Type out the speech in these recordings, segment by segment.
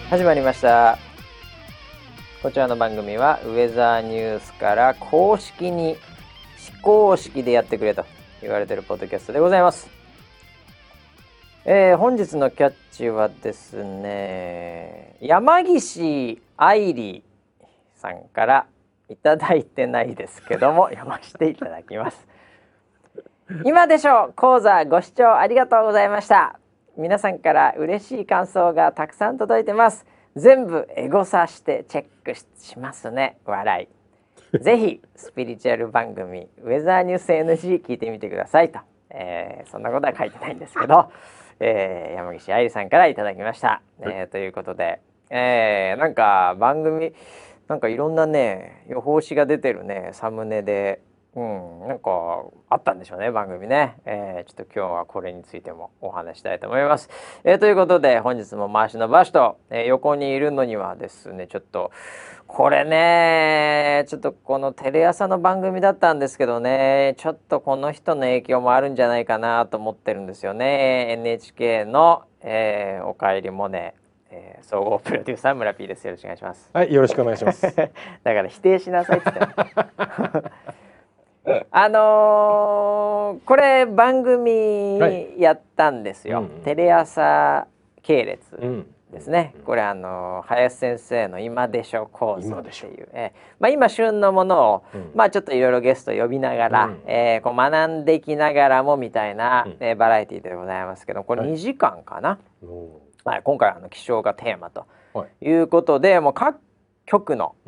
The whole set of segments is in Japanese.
始まりました。こちらの番組はウェザーニュースから公式に非公式でやってくれと言われているポッドキャストでございます。本日のキャッチはですね、山岸愛理さんからいただいてないですけども読ませていただきます。今でしょう講座ご視聴ありがとうございました。皆さんから嬉しい感想がたくさん届いてます。全部エゴサしてチェック しますね。笑い。ぜひスピリチュアル番組ウェザーニュース NG 聞いてみてくださいと、そんなことは書いてないんですけど、山岸愛理さんからいただきました、ということで、なんか番組なんかいろんなね予報士が出てるねサムネで、なんかあったんでしょうね番組ね、ちょっと今日はこれについてもお話したいと思います、ということで本日も回しのバシと、横にいるのにはですねちょっとこれねちょっとこのテレ朝の番組だったんですけどねちょっとこの人の影響もあるんじゃないかなと思ってるんですよね。 NHK の、おかえりモネ、総合プロデューサー村 P です。よろしくお願いします。 はい、よろしくお願いします。 だから否定しなさいって言ってこれ番組やったんですよ、テレ朝系列ですね、これ林先生の今でしょ講座っていう、今旬のものを、ちょっといろいろゲスト呼びながら、こう学んでいきながらもみたいな、バラエティーでございますけどこれ2時間かな、今回気象がテーマということで、もう各局の、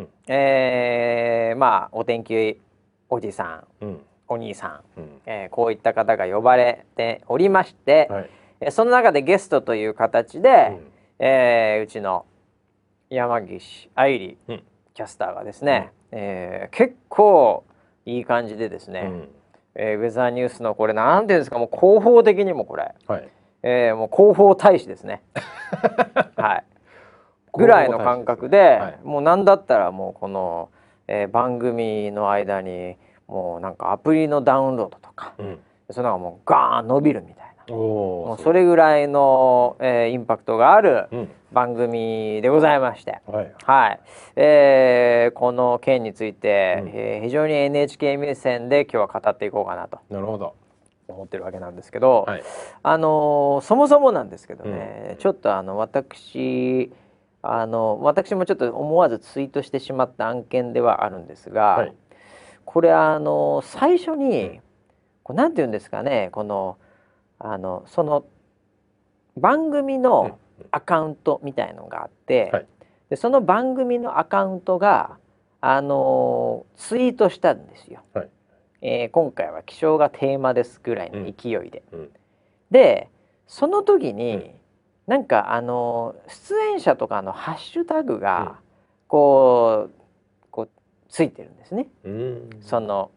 お天気おじさん、お兄さん、こういった方が呼ばれておりまして、その中でゲストという形で、うちの山岸愛理キャスターがですね、結構いい感じでですね、ウェザーニュースのこれなんていうんですか、もう広報的にもこれ、もう広報大使ですねはいぐらいの感覚で、もうなんだったらもうこの、番組の間にもうなんかアプリのダウンロードとか、そのもうガーン伸びるみたいな、もうそれぐらいの、インパクトがある番組でございまして、この件について、非常に NHK 目線で今日は語っていこうかなと思ってるわけなんですけど、そもそもなんですけどね、ちょっと私もちょっと思わずツイートしてしまった案件ではあるんですが、これ最初になんていうんですかね、このその番組のアカウントみたいのがあって、でその番組のアカウントがツイートしたんですよ、今回は気象がテーマですぐらいの勢いで、でその時に、なんか出演者とかのハッシュタグがこうついてるんですね、その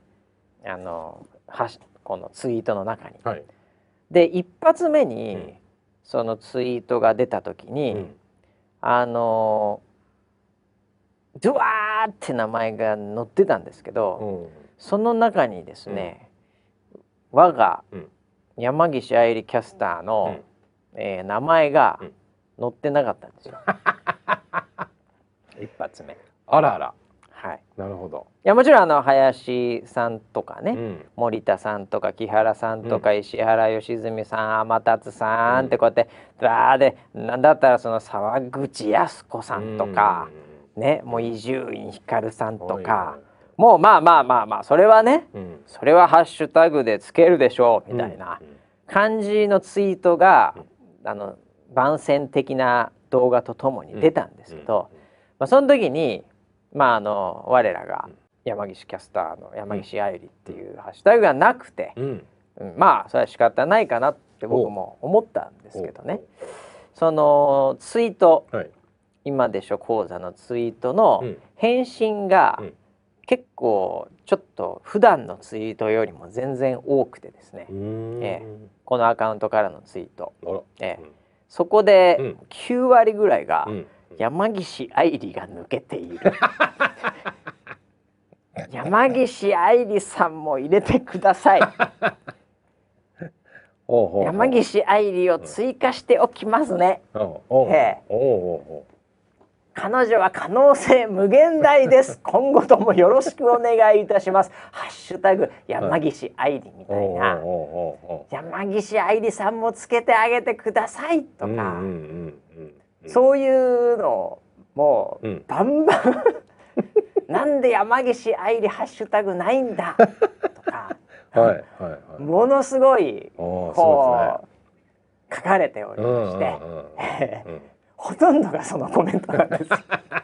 このツイートの中に、で一発目に、そのツイートが出た時に、ドワーって名前が載ってたんですけど、その中にですね、我が山岸愛理キャスターの、名前が載ってなかったんですよ一発目。 あらあら、 なるほど。 いやもちろん林さんとかね、森田さんとか木原さんとか、石原良純さん、天達さんってこうやってで、なんだったらその沢口靖子さんとか、ね、もう伊集院光さんとか、もうまあそれはね、それはハッシュタグでつけるでしょうみたいな感じのツイートが、番宣的な動画とともに出たんですけど、その時に我らが山岸キャスターの山岸愛理っていうハッシュタグがなくて、それは仕方ないかなって僕も思ったんですけどね、そのツイート、今でしょ講座のツイートの返信が結構ちょっと普段のツイートよりも全然多くてですね、このアカウントからのツイート、そこで9割ぐらいが、山岸愛理が抜けている山岸愛理さんも入れてください山岸愛理を追加しておきますね。 彼女は可能性無限大です今後ともよろしくお願いいたしますハッシュタグ山岸愛理みたいな、山岸愛理さんもつけてあげてくださいとか、そういうのをもうバンバンなんで山岸愛理ハッシュタグないんだとかものすごいこう書かれておりましてほとんどがそのコメントなんです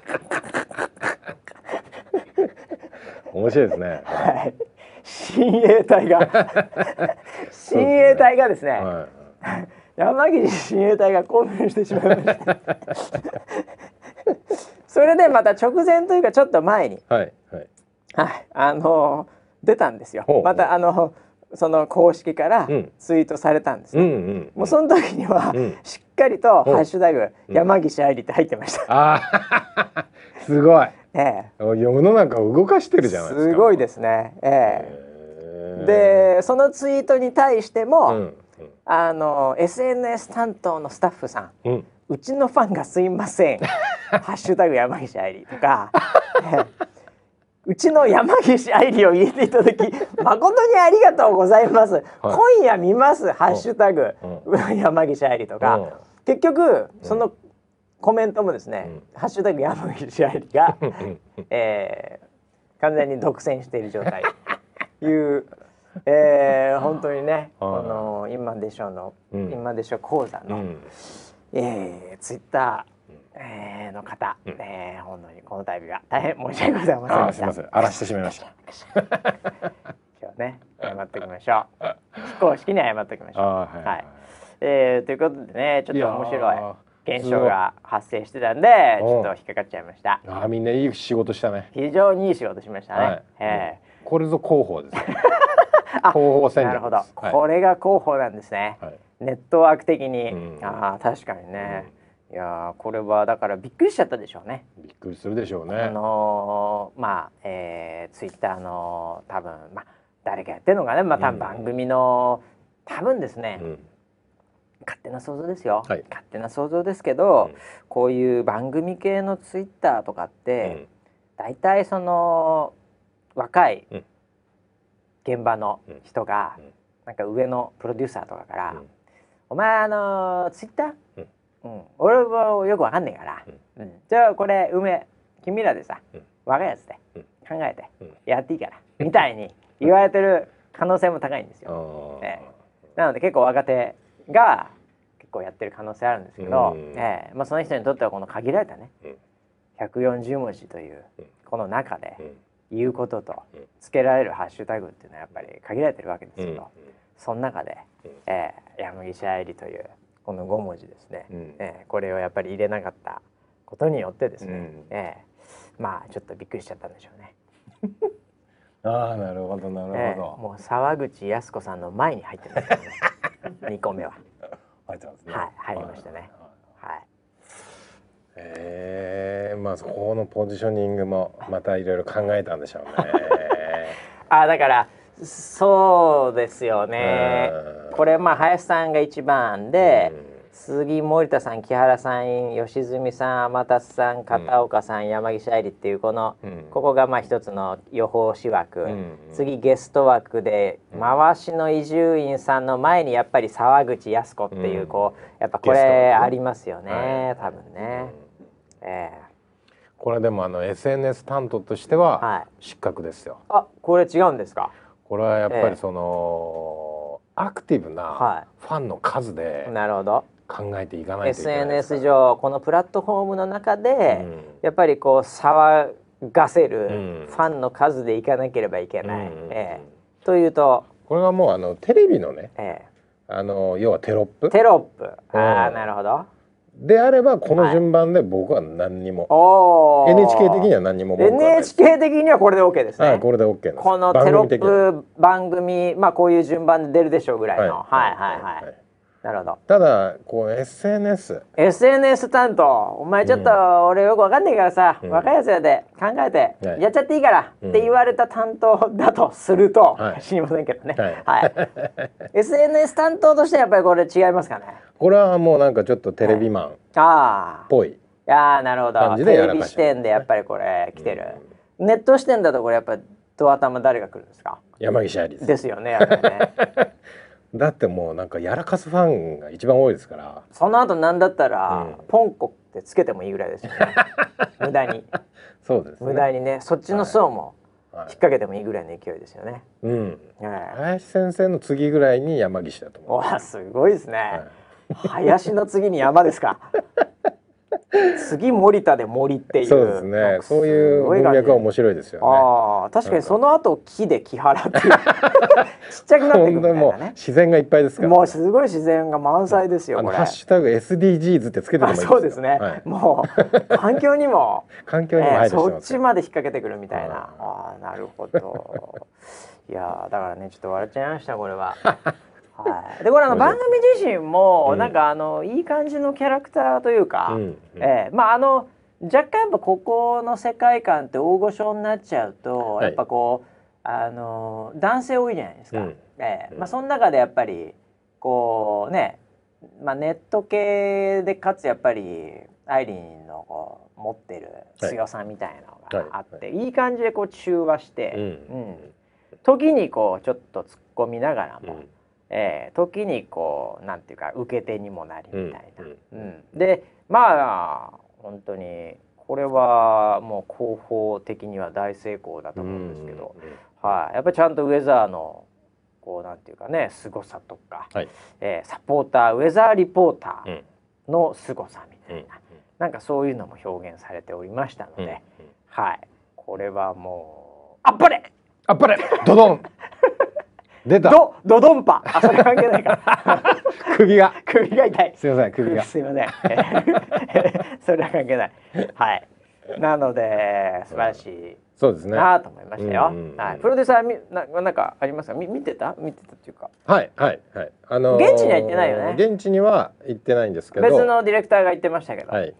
面白いですね。 はい、親衛隊が親衛隊がですね、山岸親衛隊が興奮してしまいましたそれでまた直前というかちょっと前に、出たんですよ。またその公式からツイートされたんですね。もうその時にはしっかりとハッシュタグ山岸愛理って入ってました。 すごい。世の中を動かしてるじゃないですか。 すごいですね。でそのツイートに対しても、SNS 担当のスタッフさん、うちのファンがすいませんハッシュタグ山岸愛理とかうちの山岸愛理を入れていただき誠にありがとうございます、今夜見ますハッシュタグ山岸愛理とか、結局そのコメントもですね、ハッシュタグ山岸愛理が、完全に独占している状態いう、本当にね、この今でしょう講座の、ツイッター、の方、本当にこの度は大変申し訳ございませんでした。 すみません、荒らしてしまいました今日ね謝っておきましょう非公式に謝っておきましょう。ということでね、ちょっと面白い現象が発生してたんでちょっと引っかかっちゃいました。 みんないい仕事したね。 非常にいい仕事しましたね。 これぞ広報ですね広報戦略です。なるほど、 これが広報なんですね。ネットワーク的に、確かにね、いやこれはだからびっくりしちゃったでしょうね。 びっくりするでしょうね。 ツイッターの多分誰がやってるのかね、多分番組の多分ですね、勝手な想像ですよ、勝手な想像ですけど、こういう番組系のツイッターとかって、だいたいその若い現場の人が、なんか上のプロデューサーとかから「お前ツイッター、俺はよくわかんねえから、じゃあこれ君らでさ、若いやつで考えてやっていいから」みたいに言われてる可能性も高いんですよ。なので結構若手が結構やってる可能性あるんですけど、その人にとってはこの限られたね、140文字というこの中で言うこととつけられるハッシュタグっていうのはやっぱり限られてるわけですけど、その中で、山岸愛理というこの5文字ですね、これをやっぱり入れなかったことによってですね、ちょっとびっくりしちゃったんでしょうね。 なるほどなるほど。 もう沢口靖子さんの前に入ってますね2個目は入ってますね。 入りましたね。 そこのポジショニングもまたいろいろ考えたんでしょうねだからそうですよね。これ林さんが1番で、杉森田さん、木原さん、吉住さん、天達さん、片岡さん、山岸愛理っていうここが一つの予報士枠、次ゲスト枠で回しの伊集院さんの前にやっぱり沢口靖子っていうやっぱこれありますよね、多分ね。 これでもSNS 担当としては失格ですよ。 これ違うんですか。 これはやっぱりその、アクティブなファンの数で考えていかないといけないですから。 SNS 上このプラットフォームの中で、やっぱり騒がせるファンの数でいかなければいけない、というとこれはもうテレビのね、要はテロップなるほどであればこの順番で僕は何にも、NHK 的には何にも文句はないです。 NHK 的にはこれで OK ですね。 これで OK です。 このテロップ番組こういう順番で出るでしょうぐらいの。なるほど。 ただSNS 担当、お前ちょっと俺よくわかんないからさ、若いやつやで考えてやっちゃっていいからって言われた担当だとすると、知りませんけどね、SNS 担当としてやっぱりこれ違いますかね。 これはもうなんかちょっとテレビマンっぽい、 やーなるほど。テレビ視点でやっぱりこれ来てる。ネット視点だとこれやっぱド頭誰が来るんですか？ 山岸愛理ですよね。やっぱりね。 だってもうなんかやらかすファンが一番多いですから。 その後なんだったら、ポンコってつけてもいいぐらいですよね。無駄に。 そうですね。 無駄にね、そっちの層も引っ掛けてもいいぐらいの勢いですよね。 林先生の次ぐらいに山岸だと思う。 わ、すごいですね。林の次に山ですか。次森田で森っていう。 そうですね。そういう文脈は面白いですよね。 ああ、確かにその後木で木原っていうちっちゃくなってくるみたいなね。 自然がいっぱいですから。 もうすごい自然が満載ですよ。これ。 ハッシュタグ SDGs ってつけてもいいですよ。 そうですね。もう環境にも配慮してます。 そっちまで引っ掛けてくるみたいな。ああ、なるほど。いやだからね、ちょっと笑っちゃいましたこれは。はい、でこれ番組自身もなんかいい感じのキャラクターというか、まあ若干やっぱここの世界観って大御所になっちゃうと、やっぱこう男性多いじゃないですか。まあその中でやっぱりこうね、まあネット系でかつやっぱりアイリンのこう持ってる強さみたいなのがあって、いい感じでこう中和して、時にこうちょっと突っ込みながらも。時にこうなんていうか受け手にもなりみたいな、でまあ本当にこれはもう広報的には大成功だと思うんですけど、やっぱりちゃんとウェザーのこうなんていうかね凄さとか、サポーターウェザーリポーターの凄さみたいな、なんかそういうのも表現されておりましたので、これはもうあっぱれあっぱれドドン出たドドンパ。あ、それ関係ないか。首が痛い。 すいません、首が。 すいません。それは関係ない。はい。なので素晴らしい。 そうですね。 なと思いましたよ。はい。プロデューサーなんかありますか？見てたっていうか。 はい。 現地には行ってないよね。 現地には行ってないんですけど。 別のディレクターが言ってましたけど。はい。 い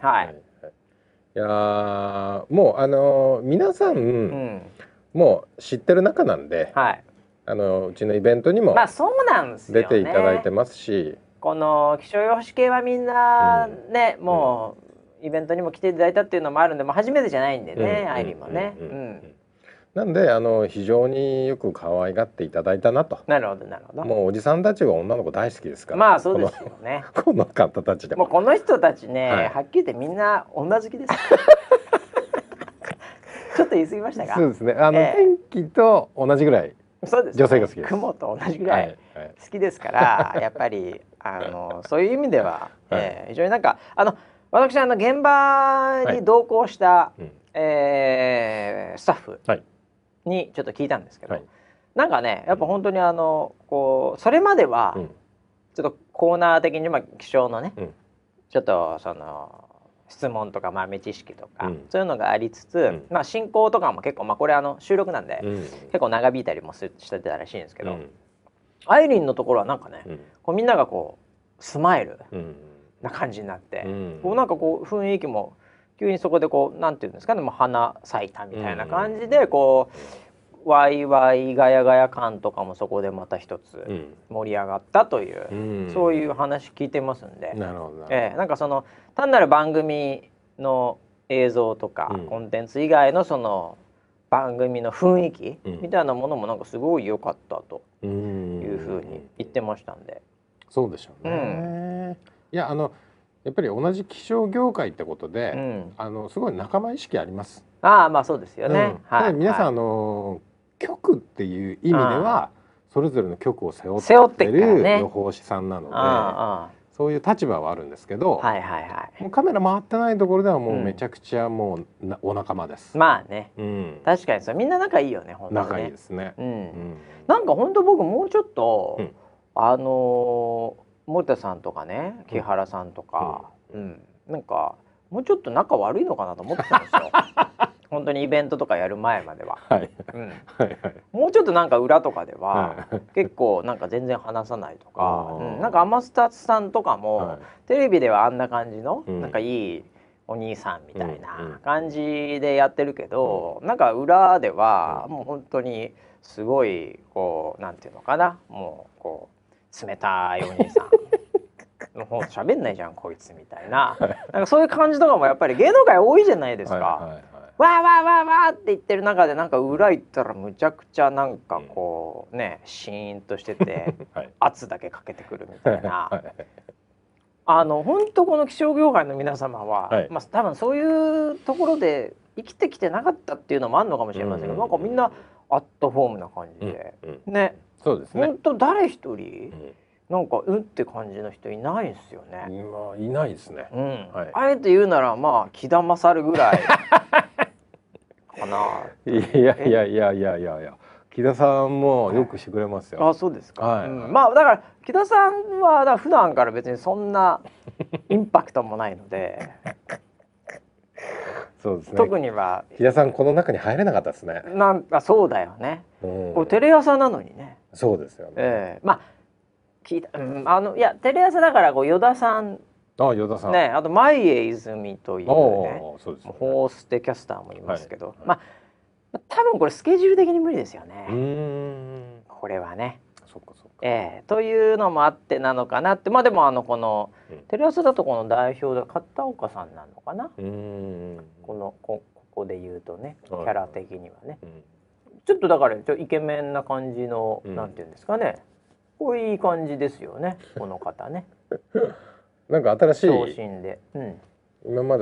やもう皆さんもう知ってる仲なんで。はい。うちのイベントにも出ていただいてますし、 この気象予報士系はみんなね、もうイベントにも来ていただいたっていうのもあるんで、もう初めてじゃないんでね、アイリンもね。 なんで非常によく可愛がっていただいたなと。 なるほどなるほど。 もうおじさんたちは女の子大好きですから。 まあそうですよね。 この方たちでもうこの人たちね、はっきり言ってみんな女好きです。ちょっと言い過ぎましたが。 そうですね。天気と同じぐらい。 そうです、 女性が好きです。 雲と同じぐらい好きですから、やっぱりそういう意味では、非常になんか私現場に同行した、スタッフにちょっと聞いたんですけど、なんかねやっぱ本当にこうそれまではちょっとコーナー的に気象のね、ちょっとその質問とか豆知識とか、そういうのがありつつ、進行とかも結構これ収録なんで、結構長引いたりもしてたらしいんですけど、アイリンのところはなんかね、こうみんながこうスマイルな感じになって、こうなんかこう雰囲気も急にそこでこうなんていうんですかね、もう花咲いたみたいな感じでこうワイワイガヤガヤ感とかもそこでまた一つ盛り上がったという、そういう話聞いてますんで、なんかその単なる番組の映像とか、コンテンツ以外のその番組の雰囲気みたいなものもなんかすごい良かったというふうに言ってましたんで。 そうでしょうね。いややっぱり同じ気象業界ってことで、すごい仲間意識あります。 まあそうですよね。 皆さん局っていう意味ではそれぞれの局を背負ってる予報士さんなので、そういう立場はあるんですけど、もうカメラ回ってないところではもうめちゃくちゃもうお仲間です。 まあね、確かにそう、みんな仲いいよね、本当にね。 仲いいですね。 なんか本当僕もうちょっと森田さんとかね、木原さんとか、なんかもうちょっと仲悪いのかなと思ってたんですよ。本当にイベントとかやる前までは。もうちょっとなんか裏とかでは結構なんか全然話さないとか、なんかアマスタさんとかもテレビではあんな感じのなんかいいお兄さんみたいな感じでやってるけど、なんか裏ではもう本当にすごいこうなんていうのかな、もうこう冷たいお兄さんもう喋んないじゃんこいつみたいな、なんかそういう感じとかもやっぱり芸能界多いじゃないですか。わーわーわーわーって言ってる中でなんか裏行ったらむちゃくちゃなんかこうねシーンとしてて圧だけかけてくるみたいな。本当この気象業界の皆様は、まあ多分そういうところで生きてきてなかったっていうのもあるのかもしれませんけど、なんかみんなアットホームな感じで、ね、 そうですね。 本当誰一人、なんかって感じの人いないですよね。 まあいないですね。 あえて言うならまあ木田勝るぐらいかな。 いや。木田さんもよくしてくれますよ。 あ、そうですか。まあだから木田さんは普段から別にそんなインパクトもないので。 そうですね。 特には木田さんこの中に入れなかったですね。 なんかそうだよね。これテレ朝なのにね。 そうですよね。 まあ聞いた、いやテレ朝だから依田さん。 依田さん。 ね、あと前江泉というね、 そうですね。 ホーステキャスターもいますけど、まあ多分これスケジュール的に無理ですよね。これはね。 そっかそっか。 というのもあってなのかなって。まあでもこのテレ朝だとこの代表で片岡さんなのかな。ここで言うとね、キャラ的にはね、ちょっとだからイケメンな感じの、なんていうんですかね、こういい感じですよね、この方ね。 なんか新しい長身で、 今まで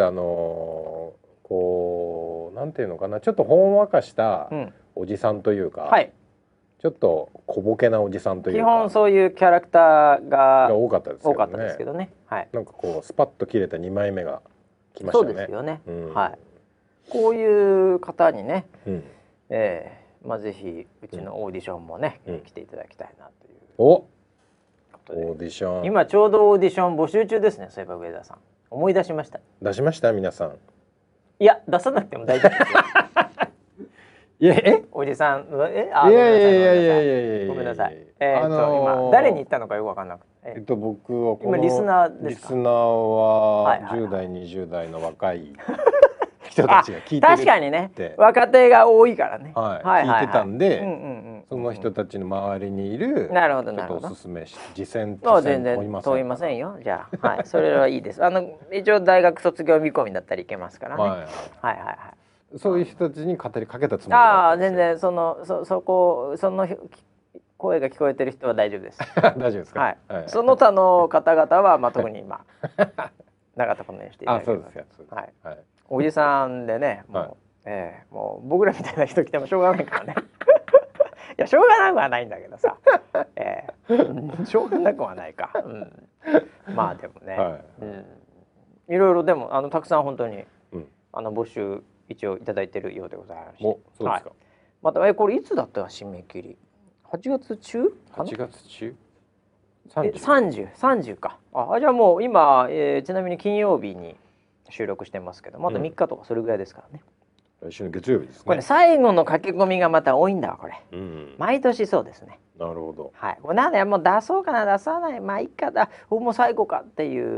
こうなんていうのかな、ちょっとほんわかしたおじさんというか、ちょっと小ボケなおじさんというか、 基本そういうキャラクターが多かったですけどね。なんかこうスパッと切れた2枚目が来ましたね。 そうですよね。こういう方にね、まあぜひうちのオーディションもね、来ていただきたいなという。 オーディション。 今ちょうどオーディション募集中ですね。そういえば上田さん、思い出しました。 出しました皆さん。 いや出さなくても大丈夫ですよ。 いやおじさんいやごめんなさい。今誰に言ったのかよく分かんなくて。 僕は今リスナーですか。 リスナーは10代20代の若い人たちが聞いてる。 確かにね、若手が多いからね。 聞いてたんで、その人たちの周りにいるなるほどちょっとおすすめし実践全然問いませんよ。じゃあそれはいいです。一応大学卒業見込みだったらいけますからね。 そういう人たちに語りかけたつもりだったんですよ。 全然その声が聞こえてる人は大丈夫です。 大丈夫ですか。 その他の方々は特になかったことにしていただきます。おじさんでね、もう僕らみたいな人来てもしょうがないからね。いやしょうがなくはないんだけどさ、しょうがなくはないか。まあでもね、いろいろでもたくさん本当に募集一応いただいてるようでございまして。 そうですか。 またこれいつだったら締め切り？8月中 ？8月中 ？30か。じゃあもう今、ちなみに金曜日に収録してますけど、まだ3日とかそれぐらいですからね。 来週の月曜日ですね。 これ最後の駆け込みがまた多いんだわこれ。毎年そうですね。 なるほど。 これなんでもう出そうかな出さない、まあいいかだ、もう最後かっていう、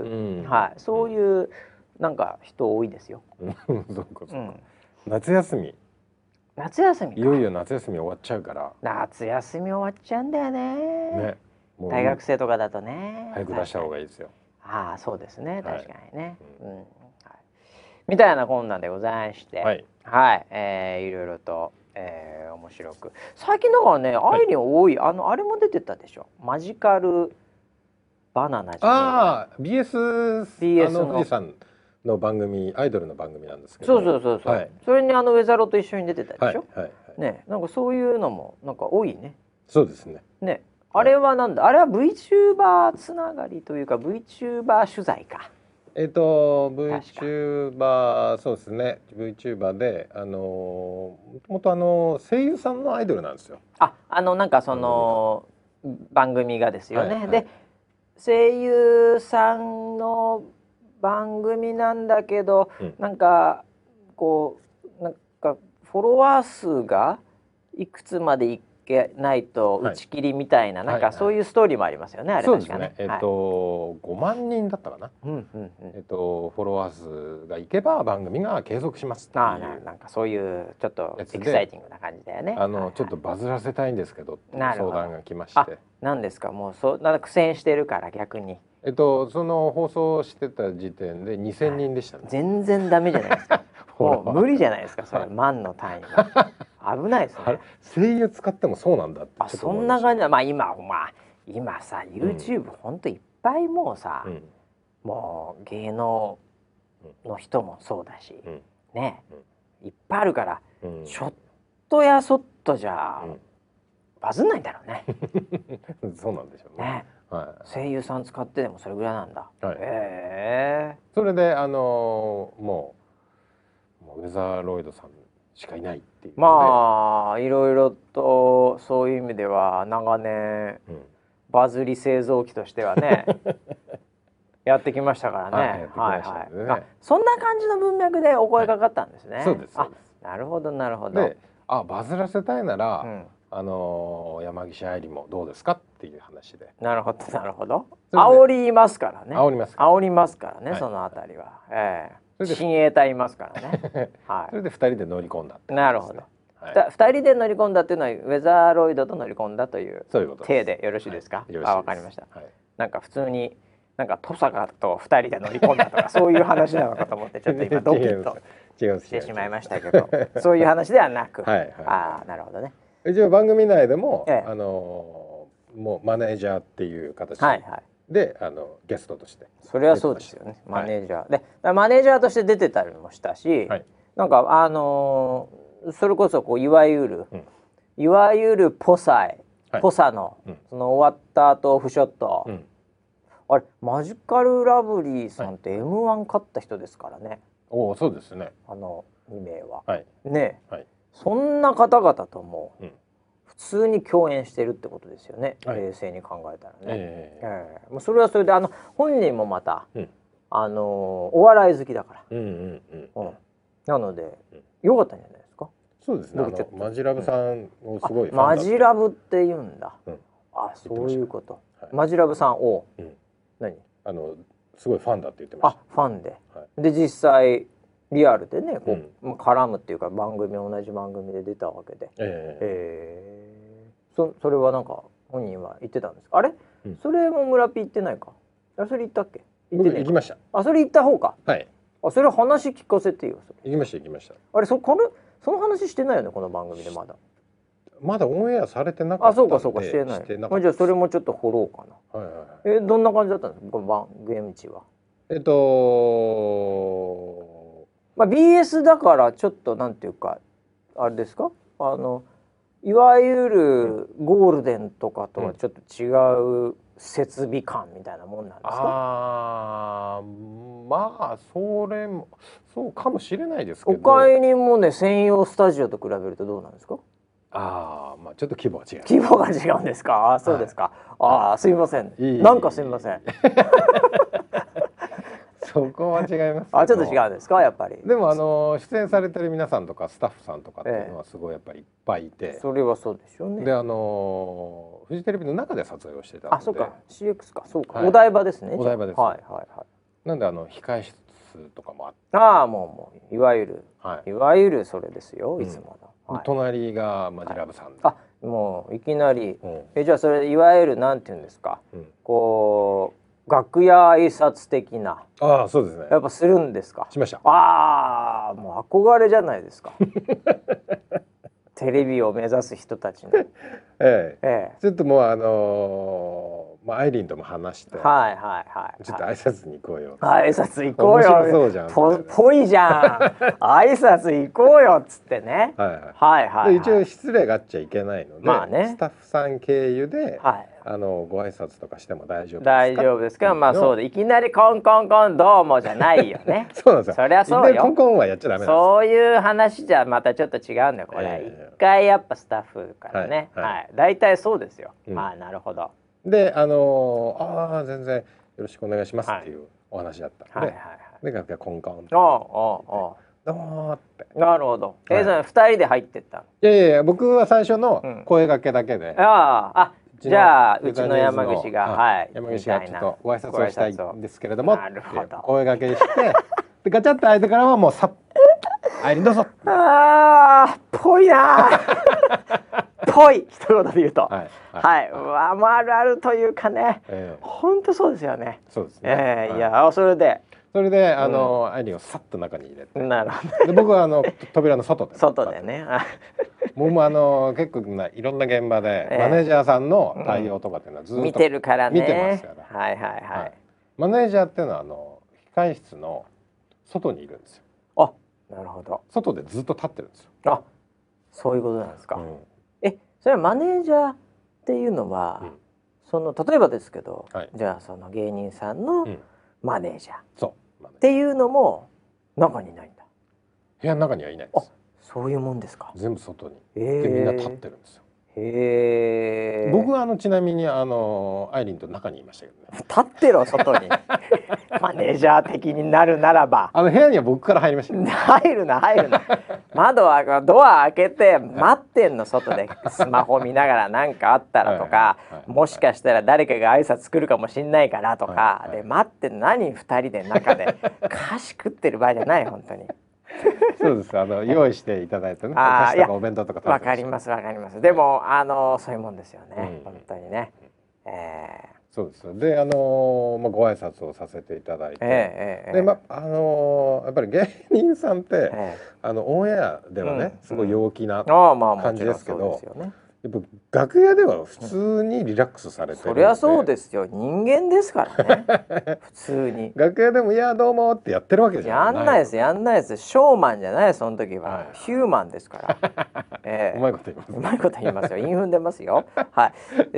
そういうなんか人多いですよ。 夏休み。いよいよ夏休み終わっちゃうから。 夏休み終わっちゃうんだよね。大学生とかだとね。 早く出した方がいいですよ。 そうですね、確かにね。みたいなこんなんでございまして、いろいろと、面白く最近だからね、アイリン多い。あれも出てたでしょ、マジカルバナナじゃね。BS の富士山の番組、アイドルの番組なんですけど、 そう、それにウェザロと一緒に出てたでしょ。ね、なんかそういうのもなんか多いね。 そうですね。 ね、あれはなんだ、あれは VTuber つながりというか VTuber 取材か。 VTuber、そうですね、 VTuber でもともと声優さんのアイドルなんですよ。 なんかその番組がですよね。で声優さんの番組なんだけど、なんかこうなんかフォロワー数がいくつまでいけないと打ち切りみたいな、なんかそういうストーリーもありますよね。あれ確かね。 5万人だったかな。フォロワー数がいけば番組が継続しますっていう、 なんかそういうちょっとエキサイティングな感じだよね。 ちょっとバズらせたいんですけどっていう相談が来まして。 何ですか、もうなんか苦戦してるから逆に。 その放送してた時点で2000人でしたね。 全然ダメじゃないですか。もう無理じゃないですか、それ。万の単位が危ないですね。 声優使ってもそうなんだってちょっと思いました。 そんな感じは、まあ今さ YouTube ほんといっぱいもうさ、もう芸能の人もそうだし、ね、いっぱいあるから、ちょっとやそっとじゃバズんないんだろうね。 そうなんでしょうね。 声優さん使ってでもそれぐらいなんだ。 それでもうウェザーロイドさんしかいないっていう。 まあいろいろとそういう意味では長年、バズり製造機としてはねやってきましたからね。そんな感じの文脈でお声かかったんですね。 そうです。 なるほどなるほど。 で、バズらせたいなら、山岸愛理もどうですかっていう話で。 なるほどなるほど。煽りますからね。 煽りますからね、そのあたりは。親衛隊いますからね。 それで2人で乗り込んだ。 なるほど。2人で乗り込んだっていうのはウェザーロイドと乗り込んだという体でよろしいですか？わかりました。なんか普通になんか登坂と2人で乗り込んだとかそういう話なのかと思ってちょっと今ドキッとしてしまいましたけど、そういう話ではなく、なるほどね。 一応番組内でももうマネージャーっていう形でゲストとして。 それはそうですよね。マネージャーでマネージャーとして出てたりもしたし、なんかそれこそこういわゆるポサのその終わった後オフショット、あれマジカルラブリーさんって M1 勝った人ですからね。 そうですね。 2名はね、そんな方々とも普通に共演してるってことですよね。冷静に考えたらね。それはそれで本人もまたお笑い好きだから、なのでよかったんじゃないですか。 そうですね。マジラブさんをすごいマジラブって言うんだ。そういうこと。マジラブさんを何すごいファンだって言ってました。 ファンで、で実際リアルでねこう、絡むっていうか同じ番組で出たわけで、それはなんか本人は言ってたんですか？あれ、それも村ピー言ってないか？それ言ったっけ？ 僕行きました。 それ言った方か。それ話聞かせてよ。 行きました。 あれその話してないよね、この番組でまだオンエアされてなかったんで。 そうかしてない。じゃあそれもちょっと掘ろうかな。どんな感じだったんですか、番組中は。BS だからちょっとなんていうかあれですか、いわゆるゴールデンとかとはちょっと違う設備感みたいなもんなんですか？ それもそうかもしれないですけど、 お帰りもね専用スタジオと比べるとどうなんですか？ ちょっと規模が違う。 規模が違うんですか？そうですか。すみません。なんかすみません。 そこは違います。 ちょっと違うんですか、やっぱり。 でも出演されてる皆さんとかスタッフさんとかっていうのはすごいやっぱりいっぱいいて、 それはそうでしょうね。 でフジテレビの中で撮影をしてたので、 そうか CX か、そうか、お台場ですね。 お台場です。なんで控室とかもあって、 もういわゆるそれですよ、いつもの。隣がマジラブさんで、 もういきなりじゃあそれいわゆるなんていうんですか、こう楽屋挨拶的な。 そうですね。 やっぱするんですか？ しました。 もう憧れじゃないですか。テレビを目指す人たちの。ちょっともうアイリンとも話して、ちょっと挨拶に行こうよ。 挨拶行こうよ。 面白そうじゃん。 ぽいじゃん。挨拶行こうよっつってね。 一応失礼があっちゃいけないので、スタッフさん経由でご挨拶とかしても大丈夫ですか？ 大丈夫ですか？そうでいきなりコンコンコンどうもじゃないよね。 そうなんですよ。 そりゃそうよ。 コンコンはやっちゃダメなんです。 そういう話じゃまたちょっと違うんだよこれ。一回やっぱスタッフからね。大体そうですよ。なるほど。 で全然よろしくお願いしますっていうお話だったので、で楽屋コンコンどうもって。 なるほど。2人で入ってった。 いや僕は最初の声掛けだけで、 じゃあうちの山岸が山岸がちょっとご挨拶をしたいんですけれどもって声掛けしてでガチャッと開いてからはもうさっアイリンどうぞ。 ぽいなぽ濃い一言で言うと、はい、あるあるというかね、本当そうですよね。 そうですね。 いや、それでアイリンをさっと中に入れて、 なるほど。 で僕は扉の外でね。 僕も結構いろんな現場でマネージャーさんの対応とかっていうのはずっと見てるからね。 見てますから。はい。マネージャーっていうのは控室の外にいるんですよ。 あ、なるほど。 外でずっと立ってるんですよ。 あ、そういうことなんですか。それはマネージャーっていうのは、例えばですけど、じゃあその芸人さんのマネージャーっていうのも中にいないんだ。 部屋の中にはいないです。 そういうもんですか。 全部外に。でみんな立ってるんですよ。僕はちなみにアイリンと中にいましたけどね。 立ってろ外に。マネージャー的になるならば。 部屋には僕から入りました。 入るな。ドア開けて待ってんの、外でスマホ見ながら何かあったらとか、もしかしたら誰かが挨拶来るかもしんないからとかで待ってんの。何2人で中で菓子食ってる場合じゃない、本当に。 そうです。用意していただいてね。お菓子とかお弁当とか食べて。 わかります。でもそういうもんですよね。本当にね。 そうです。でご挨拶をさせていただいて、でやっぱり芸人さんってオンエアではねすごい陽気な感じですけど、やっぱ楽屋では普通にリラックスされてる。 そりゃそうですよ。人間ですからね。普通に。 楽屋でもいやどうもってやってるわけじゃない。 やんないです。ショーマンじゃない。その時はヒューマンですから。 うまいこと言います。 うまいこと言いますよ。韻踏んでますよ。はい。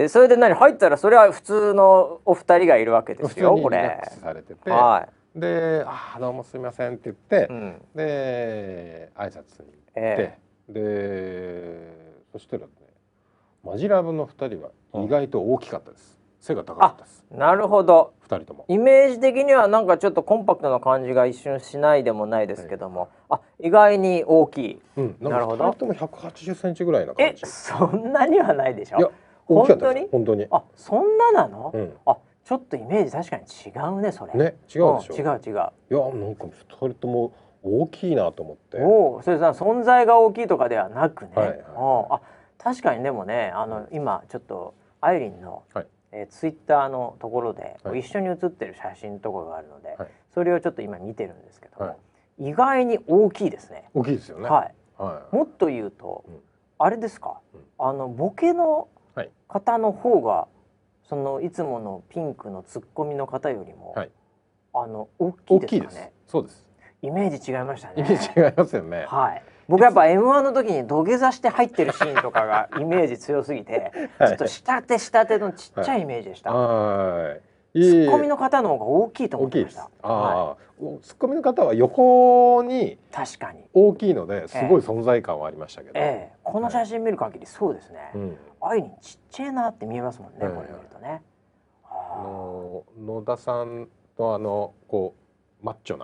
それで入ったらそれは普通のお二人がいるわけですよ。これ。 リラックスされてて。でどうもすみませんって言って、で挨拶に行って、でそしたらね。マジラブの2人は意外と大きかったです。背が高かったです。 なるほど。 2人とも。 イメージ的にはなんかちょっとコンパクトな感じが一瞬しないでもないですけども、意外に大きい。 なるほど。2人とも180センチぐらいな感じ。 そんなにはないでしょ。いや、 大きかったです。本当に。 そんななの？ちょっとイメージ確かに違うね、それ。 ね、違うでしょ。 違う。いや、なんか 2人とも大きいなと思って。 それさ、存在が大きいとかではなくね。確かに。でもね、今ちょっとアイリンのツイッターのところで一緒に写ってる写真とかがあるので、それをちょっと今見てるんですけども、意外に大きいですね。 大きいですよね。 もっと言うとあれですか、ボケの方の方がいつものピンクのツッコミの方よりも大きいですかね。 そうです。 イメージ違いましたね。 イメージ違いますよね。 僕やっぱ M1 の時に土下座して入ってるシーンとかがイメージ強すぎて、ちょっと下手のちっちゃいイメージでした。ツッコミの方の方が大きいと思ってました。 ツッコミの方は横に確かに大きいのですごい存在感はありましたけど、 この写真見る限りそうですね。アイリンちっちゃいなって見えますもんね、これ見るとね。 野田さんとこうマッチョな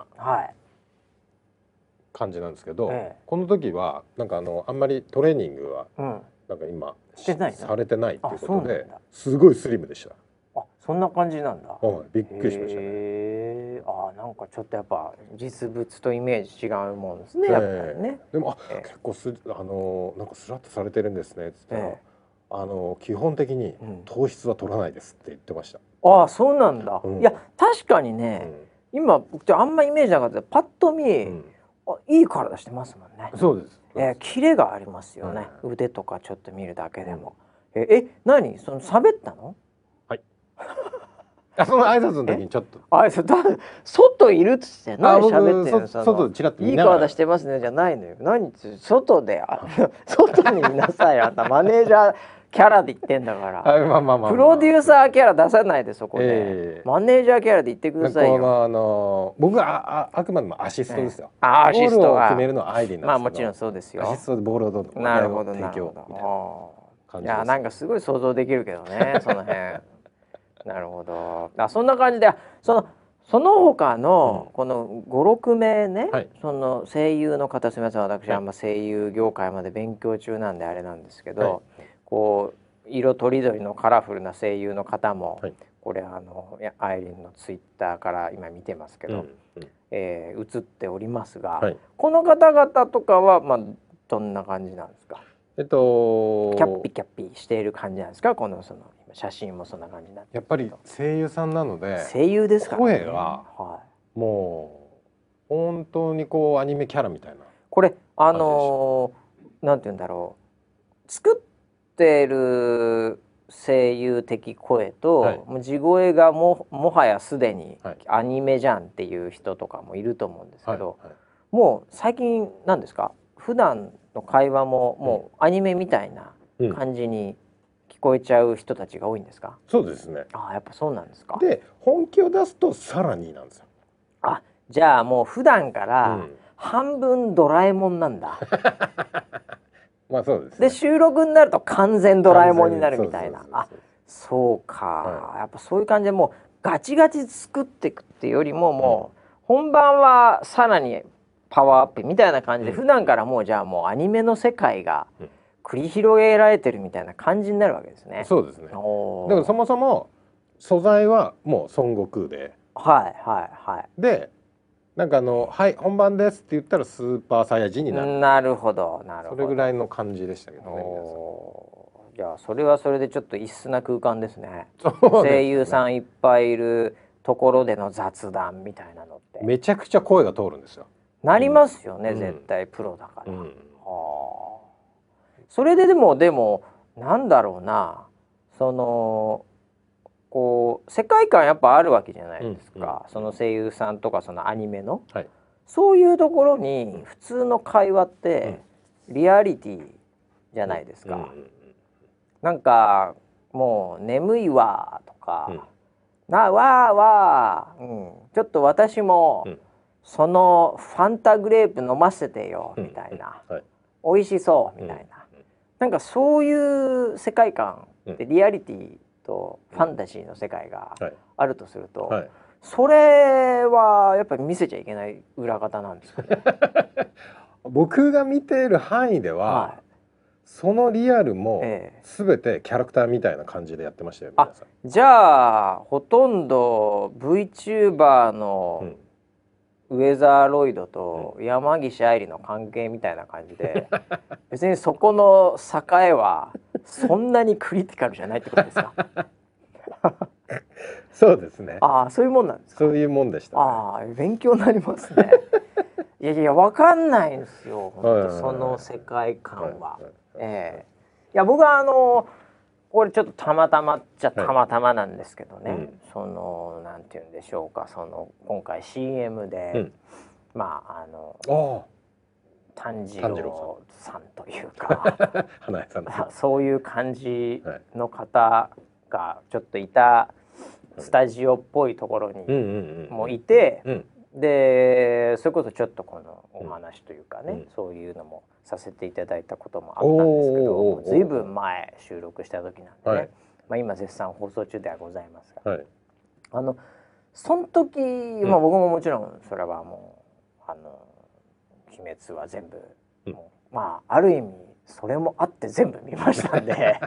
感じなんですけど、この時はなんかあんまりトレーニングはなんか今されてないっていうことですごいスリムでした。 そんな感じなんだ。 びっくりしましたね。 なんかちょっとやっぱ実物とイメージ違うもんですね。やっぱりね。 でも結構なんかスラッとされてるんですねって言ったら、基本的に糖質は取らないですって言ってました。 そうなんだ。いや確かにね、今あんまイメージなかった。パッと見いい体してますもんね。 そうです。 キレがありますよね。腕とかちょっと見るだけでも。何喋ったの？ その挨拶の時にちょっと外いるっつって何喋ってるの？ 外チラッといい体してますねじゃないのよ。何外で外にいなさい。あんたマネージャーキャラで言ってんだから。プロデューサーキャラ出さないでそこで。マネージャーキャラで言ってくださいよ。 僕はあくまでもアシストですよ。 アシストを決めるのはアイリンなんですけど。 もちろんそうですよ。 アシストでボールをどんどんなるほど提供みたいな感じです。 いやなんかすごい想像できるけどねその辺。なるほど。そんな感じでその他のこの5、6名ね、その声優の方、すみません私あんま声優業界まで勉強中なんであれなんですけど、こう色とりどりのカラフルな声優の方も、これアイリンのツイッターから今見てますけど、映っておりますが、この方々とかはどんな感じなんですか？ キャッピキャッピしている感じなんですか？このその写真もそんな感じになって。 やっぱり声優さんなので、 声優ですからね、 声がもう本当にこうアニメキャラみたいな。 これなんて言うんだろう、作ってる声優的声と、もう地声がもはやすでにアニメじゃんっていう人とかもいると思うんですけど、もう最近なんですか、普段の会話ももうアニメみたいな感じに聞こえちゃう人たちが多いんですか？ そうですね。 あ、やっぱそうなんですか。 で本気を出すとさらになんですよ。 あ、じゃあもう普段から半分ドラえもんなんだ。 まあそうですね。 で収録になると完全ドラえもんになるみたいな。あ、そうか、やっぱそういう感じでもうガチガチ作っていくっていうよりも、もう本番はさらにパワーアップみたいな感じで、普段からもうじゃあもうアニメの世界が繰り広げられてるみたいな感じになるわけですね。 そうですね。でもそもそも素材はもう孫悟空で、でなんかはい本番ですって言ったらスーパーサイヤ人になる。なるほどなるほど。それぐらいの感じでしたけどね。 じゃあそれはそれでちょっと異質な空間ですね。声優さんいっぱいいるところでの雑談みたいなのってめちゃくちゃ声が通るんですよ。 なりますよね、絶対プロだから。それででもなんだろうな、そのこう世界観やっぱあるわけじゃないですか、その声優さんとかそのアニメの、そういうところに普通の会話ってリアリティじゃないですか。なんかもう眠いわとか、わーわー、ちょっと私もそのファンタグレープ飲ませてよみたいな、美味しそうみたいな、なんかそういう世界観でリアリティとファンタジーの世界があるとすると、それはやっぱり見せちゃいけない裏方なんですかね。 僕が見ている範囲では、そのリアルも全てキャラクターみたいな感じでやってましたよ、皆さん。 じゃあほとんど VTuber のウェザーロイドと山岸愛理の関係みたいな感じで、別にそこの境はそんなにクリティカルじゃないってことですか？ そうですね。 そういうもんなんですか？ そういうもんでしたね。勉強になりますね。いやわかんないんですよ、本当その世界観は。いや僕はこれちょっとたまたまっちゃたまたまなんですけどね、そのなんて言うんでしょうか、その今回 CM で、炭治郎さんというか花江さんそういう感じの方がちょっといたスタジオっぽいところにもいて、でそれこそちょっとこのお話というかね、そういうのもさせていただいたこともあったんですけど、ずいぶん前収録した時なんでね、今絶賛放送中ではございますが、その時、僕ももちろんそれはもう鬼滅は全部、ある意味それもあって全部見ましたんで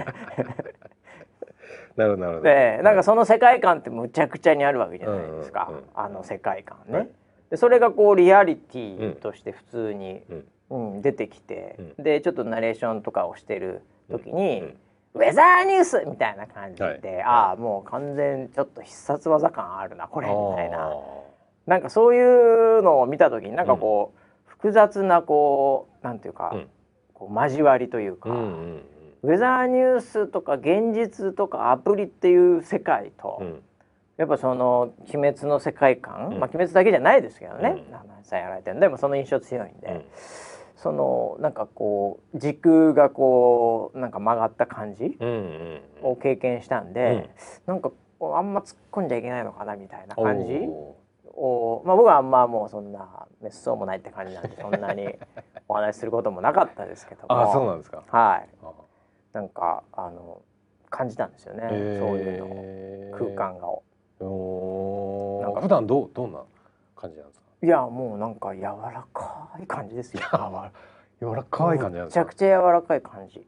なるほど。 なんかその世界観ってむちゃくちゃにあるわけじゃないですか、世界観ね。でそれがこうリアリティとして普通に、出てきて、でちょっとナレーションとかをしてる時に、ウェザーニュースみたいな感じで、もう完全ちょっと必殺技感あるなこれみたいな、なんかそういうのを見た時になんかこう複雑なこうなんていうか、こう交わりというか、ウェザーニュースとか現実とかアプリっていう世界と、やっぱその鬼滅の世界観、鬼滅だけじゃないですけどね、さんやられてるんでもその印象強いんで、そのなんかこう時空がこうなんか曲がった感じを経験したんで、なんかあんま突っ込んじゃいけないのかなみたいな感じを、僕はあんまもうそんな滅相もないって感じなんでそんなにお話しすることもなかったですけどもそうなんですか。 なんか感じたんですよね、そういうの空間を。 なんか普段どんな感じなんですか？ いやもうなんか柔らかい感じですよ。 柔らかい感じなんですか？ めちゃくちゃ柔らかい感じ。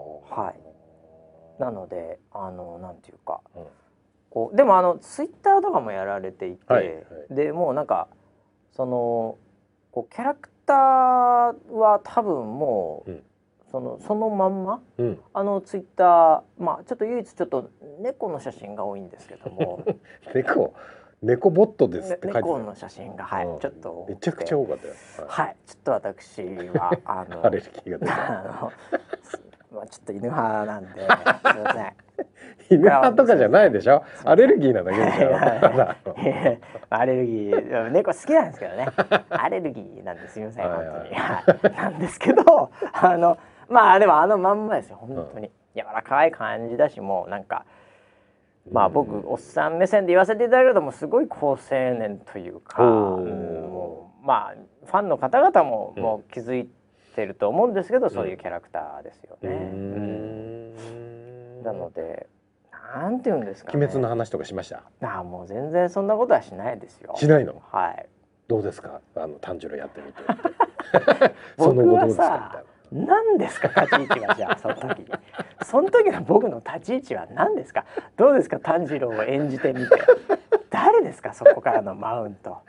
なのでなんていうか、こうでもツイッターとかもやられていて、でもうなんかそのこうキャラクターは多分もう、 そのまんま、ツイッター、まあちょっと唯一ちょっと猫の写真が多いんですけども猫ボットですって書いてた。 猫の写真が、はい、ちょっとめちゃくちゃ多かったよ。 はい、ちょっと私はアレルギーが出た。 まあちょっと犬派なんで、すいません。 犬派とかじゃないでしょ。アレルギーなだけでしょ。 アレルギー、猫好きなんですけどね。アレルギーなんです。すみません、本当に。なんですけど、まあでもまんまですよ、本当に。柔らかい感じだし、もうなんか。まあ僕おっさん目線で言わせていただくともすごい好青年というか、もうまあファンの方々ももう気づいてると思うんですけど、そういうキャラクターですよね。なのでなんていうんですかね。 鬼滅の話とかしました？ もう全然そんなことはしないですよ。 しないの？ はい。 どうですか？炭治郎やってみて。 僕はさ、何ですか立ち位置は。じゃあその時の僕の立ち位置は何ですか？どうですか？炭治郎を演じてみて誰ですか？そこからのマウント、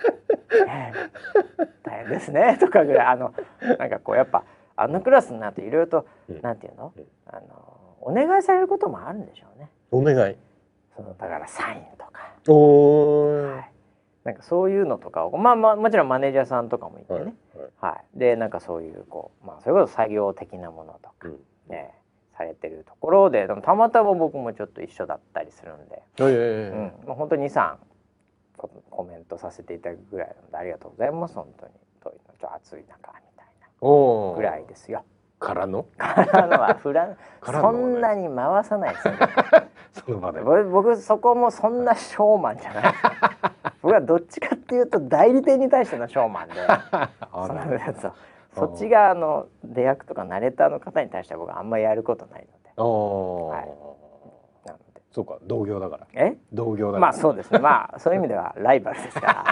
大変ですねとかぐらい、なんかこうやっぱクラスになっていろいろと、なんていうの、お願いされることもあるんでしょうね。 お願い、 だからサインとか、 はい、 なんかそういうのとかを、まあもちろんマネージャーさんとかもいてね、でなんかそういうそれこそ作業的なものとか、されてるところで、たまたま僕もちょっと一緒だったりするんで、本当に2、3コメントさせていただくぐらいなので、ありがとうございます。本当にというのちょっと暑い中みたいなぐらいですよ。からのはそんなに回さないですよ。その場で僕そこもそんなショーマンじゃない。僕はどっちかっていうと代理店に対してのショーマンでそっち側の出役とかナレーターの方に対しては僕はあんまりやることないので。なのでそうか、同業だから。同業だから。 まあそうですね。まあそういう意味ではライバルですから。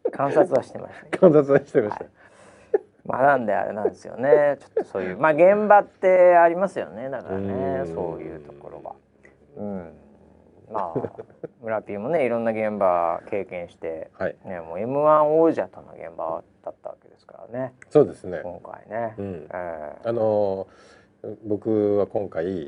観察はしてました。 観察はしてました。 まあなんであれなんですよね。ちょっとそういうまあ現場ってありますよね。だからね、そういうところは。まあ村 P もねいろんな現場経験して、ね、もう M1 王者との現場だったわけですからね。 そうですね。 今回ね。 僕は今回、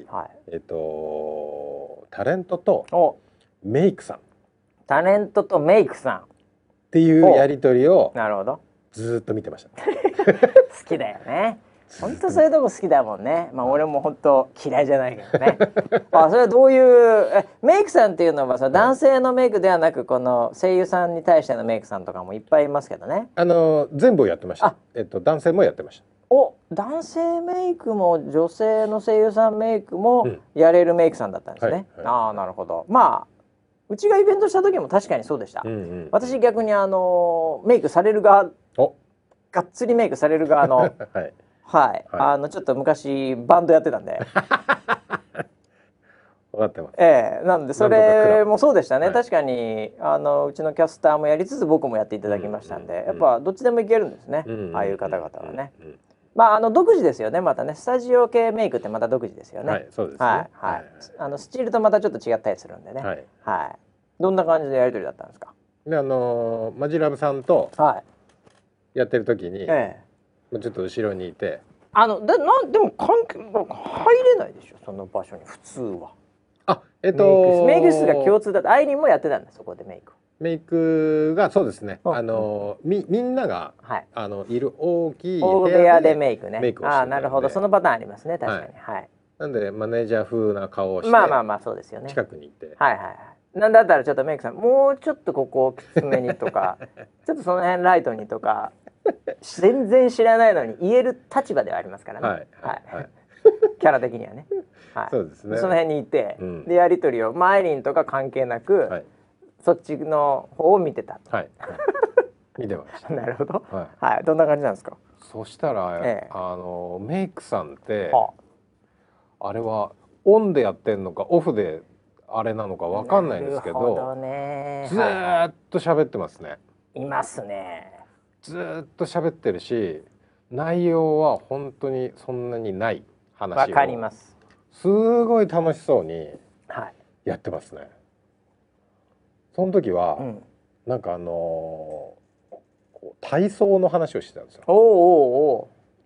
タレントとメイクさん。 タレントとメイクさんっていうやり取りを。 なるほど。 ずっと見てました。 好きだよね。本当そういうとこ好きだもんね。まあ俺も本当嫌いじゃないけどね。それはどういうメイクさんっていうのはさ、男性のメイクではなくこの声優さんに対してのメイクさんとかもいっぱいいますけどね。 全部やってました。男性もやってました。 男性メイクも女性の声優さんメイクもやれるメイクさんだったんですね。なるほど。まあうちがイベントした時も確かにそうでした。私逆にメイクされる側、がっつりメイクされる側のちょっと昔バンドやってたんで分かってます。 なんでそれもそうでしたね。確かにうちのキャスターもやりつつ僕もやっていただきましたんで、やっぱどっちでもいけるんですね、ああいう方々はね。まあ独自ですよね。またねスタジオ系メイクってまた独自ですよね。 そうですね。 スチールとまたちょっと違ったりするんでね。どんな感じでやり取りだったんですか？ でマジラブさんとやってる時に、ちょっと後ろにいて、 でも入れないでしょ、その場所に普通は。メイク室が共通だと。アイリンもやってたんだ、そこでメイク。 メイクがそうですね。みんながいる大きい部屋でメイクね。 メイクをしてたんで。 なるほど、そのパターンありますね、確かに。 なんでマネージャー風な顔をして、 まあそうですよね。 近くにいて、 なんだったらちょっとメイクさんもうちょっとここきつめにとかちょっとその辺ライトにとか全然知らないのに言える立場ではありますからね。キャラ的にはね。 そうですね。 その辺にいて、でやり取りをマイリンとか関係なく、そっちの方を見てた。 見てました。 なるほど。どんな感じなんですか？ そしたらメイクさんってあれはオンでやってんのかオフであれなのかわかんないんですけど、ずーっと喋ってますね。 いますね。 ずーっと喋ってるし、内容は本当にそんなにない話を。わかります。すごい楽しそうにやってますね。その時は、なんか体操の話をしてたんですよ。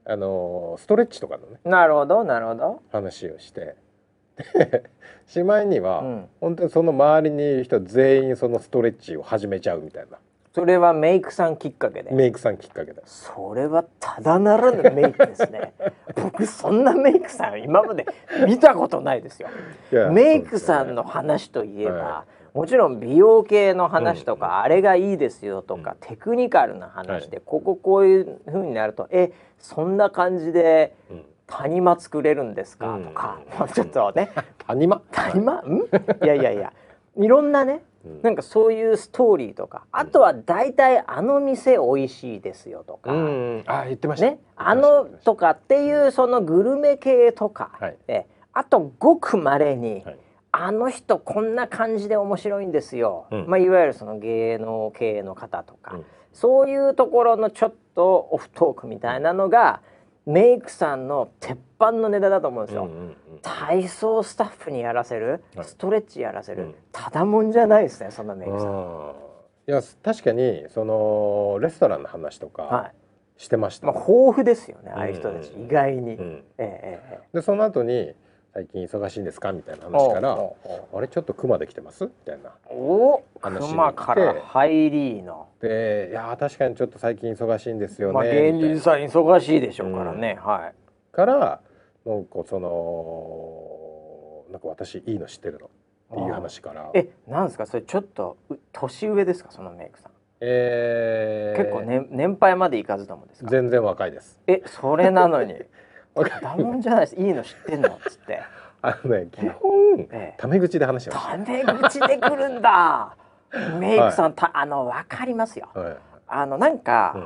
ストレッチとかのね、 なるほどなるほど、 話をしてでしまいには、本当にその周りにいる人全員そのストレッチを始めちゃうみたいな。 それはメイクさんきっかけで。 メイクさんきっかけで。 それはただならぬメイクですね。僕そんなメイクさん今まで見たことないですよ。メイクさんの話といえば、もちろん美容系の話とか、あれがいいですよとか、テクニカルな話で、こういう風になるとそんな感じで谷間作れるんですかとか、ちょっとね谷間いやいろんなね、なんかそういうストーリーとか、あとは大体あの店美味しいですよとか、 言ってましたね、 とかっていうそのグルメ系とか、あとごく稀に、あの人こんな感じで面白いんですよ、いわゆるその芸能系の方とか、そういうところのちょっとオフトークみたいなのがメイクさんの鉄板のネタだと思うんですよ。体操スタッフにやらせる、ストレッチやらせる、ただもんじゃないですね、そんなメイクさん。 いや確かにそのレストランの話とかしてました、 豊富ですよね、ああいう人たち、意外に。 でその後に最近忙しいんですかみたいな話から、あれちょっと熊できてますみたいな話熊から入りので、いや確かにちょっと最近忙しいんですよね、 芸人さん忙しいでしょうからね、 からなんかそのなんか私いいの知ってるのっていう話から、 なんですかそれ、ちょっと年上ですか、そのメイクさん。結構、年配までいかずともですか。 全然若いです。 それなのにだもんじゃないです、いいの知ってんのっつって。 基本タメ口で話してました。 タメ口で来るんだメイクさん、わかりますよ。なんか、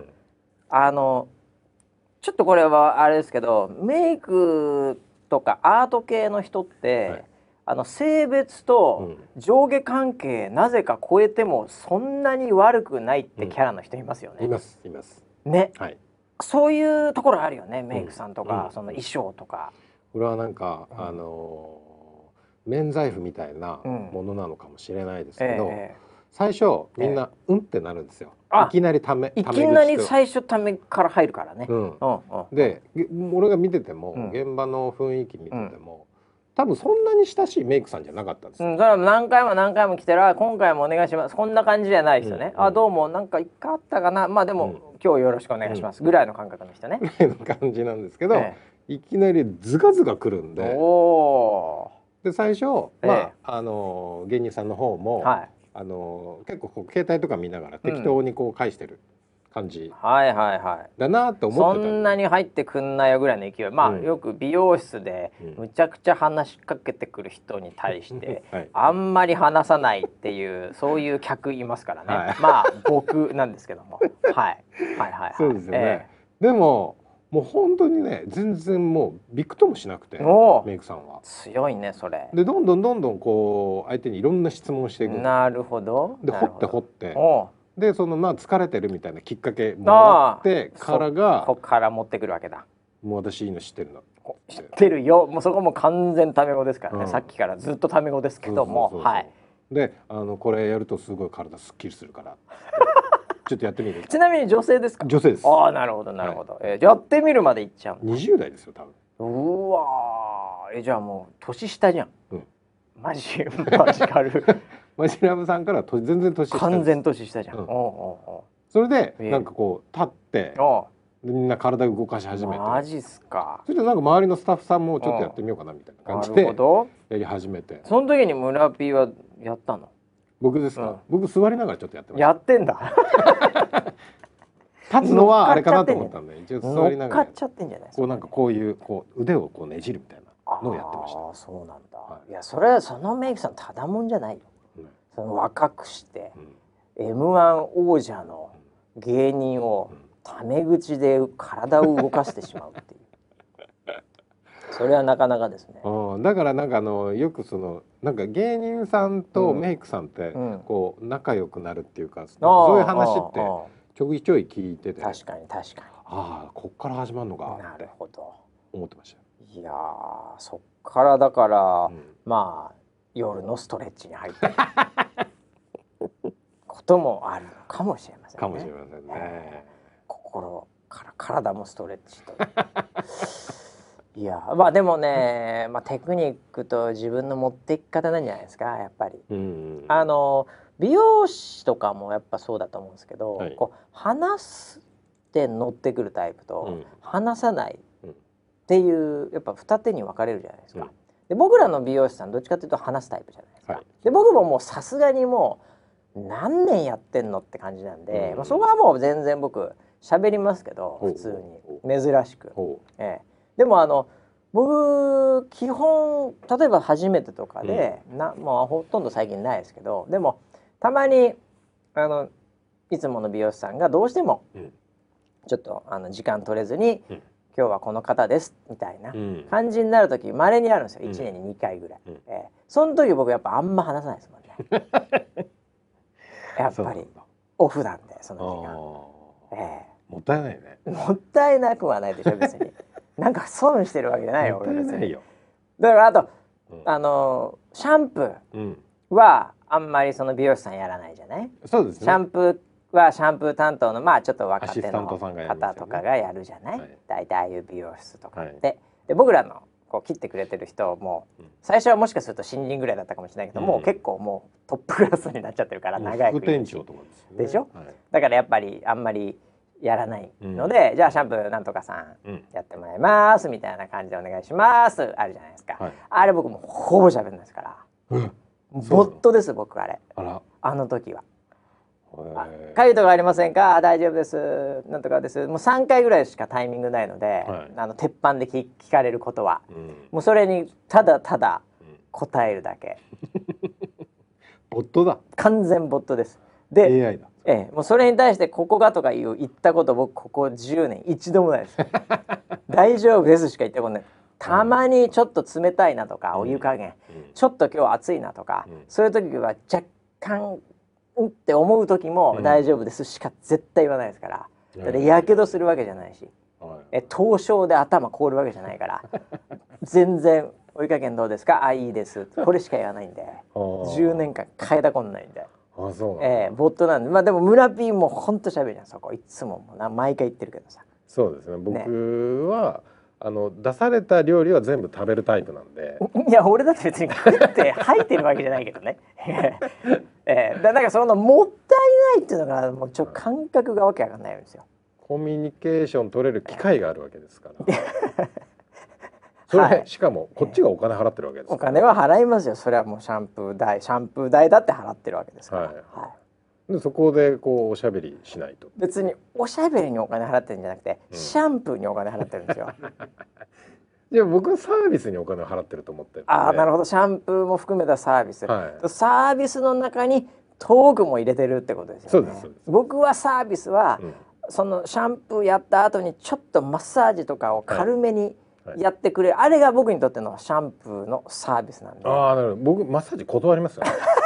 ちょっとこれはあれですけど、メイクとかアート系の人って、性別と上下関係なぜか超えてもそんなに悪くないってキャラの人いますよね。 います。 ね。そういうところあるよね、メイクさんとか、その衣装とか。 これはなんか免罪符みたいなものなのかもしれないですけど、最初みんなってなるんですよ。いきなりいきなり最初ためから入るからね。 で俺が見てても、現場の雰囲気見てても、多分そんなに親しいメイクさんじゃなかったんですよ。 だから何回も来たら今回もお願いします、こんな感じじゃないですよね。どうもなんか一回あったかな、でも今日よろしくお願いしますぐらいの感覚の人ね。 ぐらいの感じなんですけど、いきなりズカズカ来るんで。で最初芸人さんの方も結構携帯とか見ながら適当にこう返してる感じだなと思ってた。 そんなに入ってくんなよぐらいの勢い。よく美容室でむちゃくちゃ話しかけてくる人に対してあんまり話さないっていう、そういう客いますからね。僕なんですけども。 そうですよね。でももう本当にね、全然もうびくともしなくて、メイクさんは強いねそれで、どんどんこう相手にいろんな質問していく。 なるほど。 で掘ってでその疲れてるみたいなきっかけもらってからが、 ここから持ってくるわけだ。 もう私いいの知ってるの。 知ってるよ。もうそこも完全タメ語ですからね。さっきからずっとタメ語ですけども、 でこれやるとすごい体すっきりするからちょっとやってみる。 ちなみに女性ですか。 女性です。 なるほどなるほど。やってみるまでいっちゃう。 20代ですよ多分。 うわじゃあもう年下じゃん。マジカルマジラブさんから全然年下。 完全年下じゃん。 それでなんかこう立ってみんな体動かし始めて。 マジっすか。 それでなんか周りのスタッフさんもちょっとやってみようかなみたいな感じでやり始めて。 その時に村ピーはやったの。 僕ですか。僕座りながらちょっとやってました。 やってんだ。 立つのはあれかなと思ったんで、一応座りながら。 乗っかっちゃってんじゃない。 こうなんかこういう腕をこうねじるみたいなのをやってました。 そうなんだ。いやそれはそのメイクさんただもんじゃないよ。その若くしてM1 王者の芸人をタメ口で体を動かしてしまうっていう。それはなかなかですね。 だからなんかよくそのなんか芸人さんとメイクさんってこう仲良くなるっていうか、そういう話ってちょいちょい聞いてて、 確かにこっから始まるのかって思ってました。 いやそっからだから、夜のストレッチに入ってることもあるのかもしれませんね。 かもしれませんね。 心から体もストレッチといやまあでもね、まあ、テクニックと自分の持っていき方なんじゃないですかやっぱり。美容師とかもやっぱそうだと思うんですけど、はい、こう話して乗ってくるタイプと、話さないっていうやっぱ二手に分かれるじゃないですか。で僕らの美容師さんどっちかというと話すタイプじゃないですか。はい、で僕ももうさすがにもう何年やってんのって感じなんで、まあ、そこはもう全然僕喋りますけど普通に珍しく。でも僕基本例えば初めてとかで、もうほとんど最近ないですけどでもたまにいつもの美容師さんがどうしてもちょっと時間取れずに、今日はこの方ですみたいな感じになる時稀にあるんですよ、1年に2回ぐらい。その時僕やっぱあんま話さないですもんねやっぱりオフなんでその時間。 もったいないね。 もったいなくはないでしょ別になんか損してるわけじゃないよ。 もったいないよ。 だからあと、シャンプーはあんまりその美容師さんやらないじゃない。 そうですね。 シャンプーはシャンプー担当のまあちょっと若手の方とかがやるじゃない。大体ああいう美容室とかって、で僕らのこう切ってくれてる人も最初はもしかすると新人ぐらいだったかもしれないけど、もう結構もうトップクラスになっちゃってるから長い副店長とかでしょ。だからやっぱりあんまりやらないので、じゃあシャンプーなんとかさんやってもらいますみたいな感じでお願いしますあるじゃないですか。あれ僕もほぼ喋んないですから、ボットです僕あれ。あの時はかゆいとこありませんか、大丈夫ですなんとかです、もう3回ぐらいしかタイミングないので、鉄板で聞かれることは、もうそれにただただ答えるだけボットだ、 完全ボットです。で AI だ。 もうそれに対してここがとか言ったこと僕ここ10年一度もないです大丈夫ですしか言ったことない。たまにちょっと冷たいなとか、お湯加減、ちょっと今日暑いなとか、そういう時は若干って思う時も大丈夫ですしか絶対言わないですから。だってやけどするわけじゃないし、凍傷で頭凍るわけじゃないから全然お湯加減どうですか、あいいですこれしか言わないんで10年間変えたことないんで。ボットなんで。まあでも村 P もほんと喋るじゃんそこいつも毎回言ってるけどさ。 そうですね、僕は出された料理は全部食べるタイプなんで。 いや俺だって別に食って吐いてるわけじゃないけどねだからそのもったいないっていうのがもうちょっと感覚がわけわかんないんですよ。 コミュニケーション取れる機会があるわけですからそれ、しかもこっちがお金払ってるわけですから。 お金は払いますよそれは。もうシャンプー代だって払ってるわけですから。 でそこでこうおしゃべりしないと。 別におしゃべりにお金払ってるんじゃなくて、シャンプーにお金払ってるんですよいや僕はサービスにお金を払ってると思ってる。 なるほど、シャンプーも含めたサービス、サービスの中にトークも入れてるってことですよね。そうです。僕はサービスは、そのシャンプーやった後にちょっとマッサージとかを軽めにやってくれる、あれが僕にとってのシャンプーのサービスなんで。 なるほど。僕マッサージ断りますよ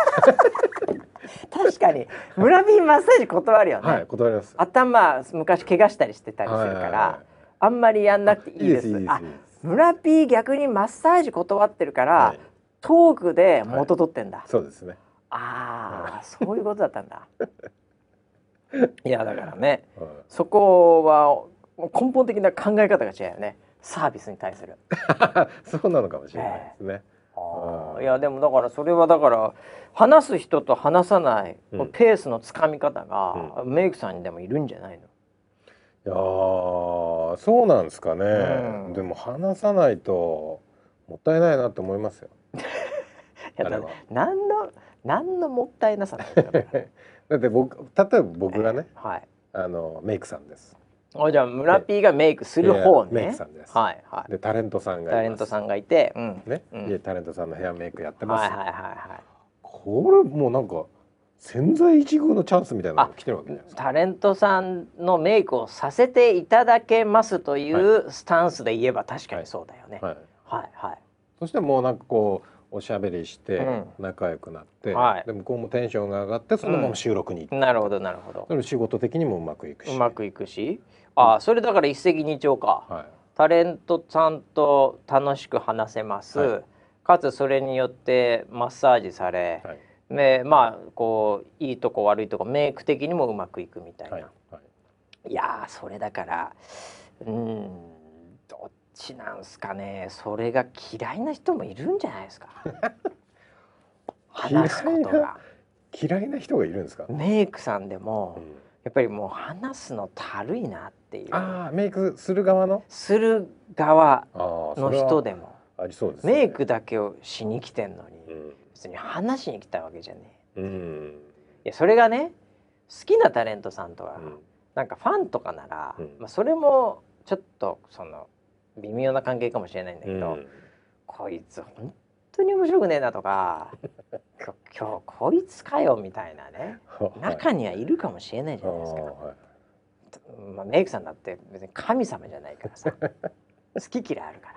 確かに村 P マッサージ断るよね。 断ります。 頭昔怪我したりしてたりするから、あんまりやんなくていいです。村 P 逆にマッサージ断ってるから、トークで元取ってんだ。 そうですね。 そういうことだったんだいやだからね、そこは根本的な考え方が違うよね、サービスに対するそうなのかもしれないですね。 いやでもだからそれはだから話す人と話さない、ペースのつかみ方が、メイクさんにでもいるんじゃないの。 いやそうなんですかね、でも話さないともったいないなって思いますよいや何のもったいなさなんですかだって例えば僕がね、メイクさんです。 じゃあ村 P がメイクする方ね。 メイクさんです。でタレントさんがいて、 タレントさんのヘアメイクやってます。これもうなんか千載一遇のチャンスみたいなのが来てるわけじゃないですか。 タレントさんのメイクをさせていただけますというスタンスで言えば確かにそうだよね。 そしてもうなんかこうおしゃべりして仲良くなって、で向こうもテンションが上がってそのまま収録に行って、 なるほど仕事的にもうまくいくし、 それだから一石二鳥か。タレントさんと楽しく話せます、かつそれによってマッサージされ、まあこういいとこ悪いとこメイク的にもうまくいくみたいな。いやそれだからどっちなんすかね。それが嫌いな人もいるんじゃないですか。話すことが嫌いな人がいるんですか。 メイクさんでも、やっぱりもう話すのたるいなっていう。 メイクする側のする側の人でもありそうですね。 メイクだけをしに来てんのに、別に話しに来たわけじゃねえ。いやそれがね、好きなタレントさんとか、なんかファンとかなら、それもちょっとその微妙な関係かもしれないんだけど、こいつ本当に面白くねえなとか今日こいつかよみたいなね中にはいるかもしれないじゃないですか。メイクさんだって別に神様じゃないからさ好き嫌いあるから。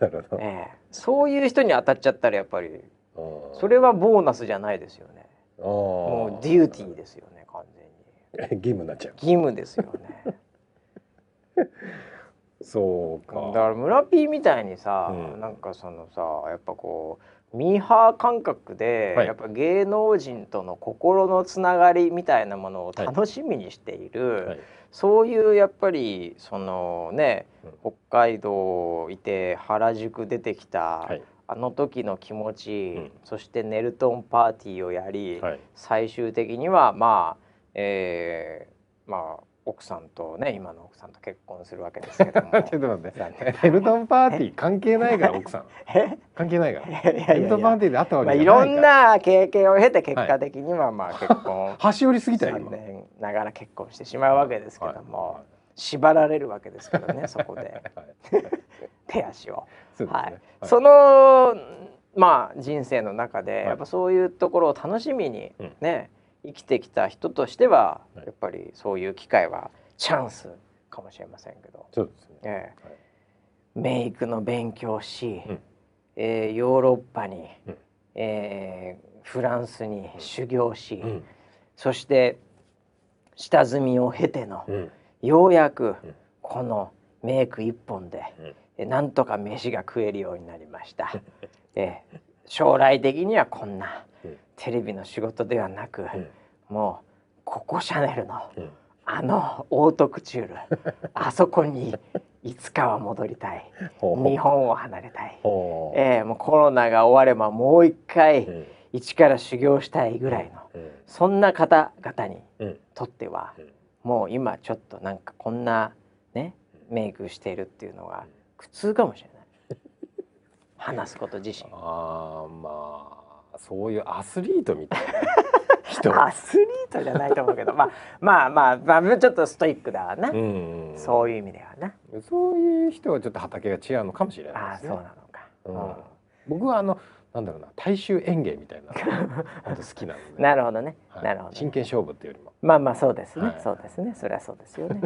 なるほど。 そういう人に当たっちゃったらやっぱりそれはボーナスじゃないですよね。もうデューティーですよね、完全に。 義務になっちゃう。 義務ですよね。 そうか。 だから村 P みたいにさ、なんかそのさ、やっぱこうミーハー感覚で、やっぱ芸能人との心のつながりみたいなものを楽しみにしている、そういうやっぱりそのね、北海道いて原宿出てきた、あの時の気持ち、そしてネルトンパーティーをやり、最終的にはまあ奥さんとね、今の奥さんと結婚するわけですけども。 ちょっと待って、ネルトンパーティー関係ないから奥さん。関係ないから。ネルトンパーティーで会ったわけじゃないから。いろんな経験を経て結果的にはまあ結婚。 端折りすぎたよ。 3年ながら結婚してしまうわけですけども、縛られるわけですけどね、そこで手足を。そのまあ人生の中でやっぱそういうところを楽しみにね。生きてきた人としては、やっぱりそういう機会はチャンスかもしれませんけど、 そうですね。 メイクの勉強し、ヨーロッパに、フランスに修行し、そして下積みを経ての、ようやくこのメイク一本で、なんとか飯が食えるようになりました。将来的にはこんなテレビの仕事ではなく、もうココシャネルの、あのオートクチュールあそこにいつかは戻りたい。日本を離れたい。もうコロナが終わればもう一回、一から修行したいぐらいの、そんな方々にとっては、もう今ちょっとなんかこんなねメイクしているっていうのが苦痛かもしれない。話すこと自身。 まあそういうアスリートみたいな人。アスリートじゃないと思うけど、まあちょっとストイックだわな。そういう意味ではな。 そういう人はちょっと畑が違うのかもしれないですね。 そうなのか。 僕はなんだろうな、大衆演芸みたいな本当好きなので。 なるほどね。なるほど。 真剣勝負っていうよりも。 まあそうですね。そうですね。そりゃそうですよね。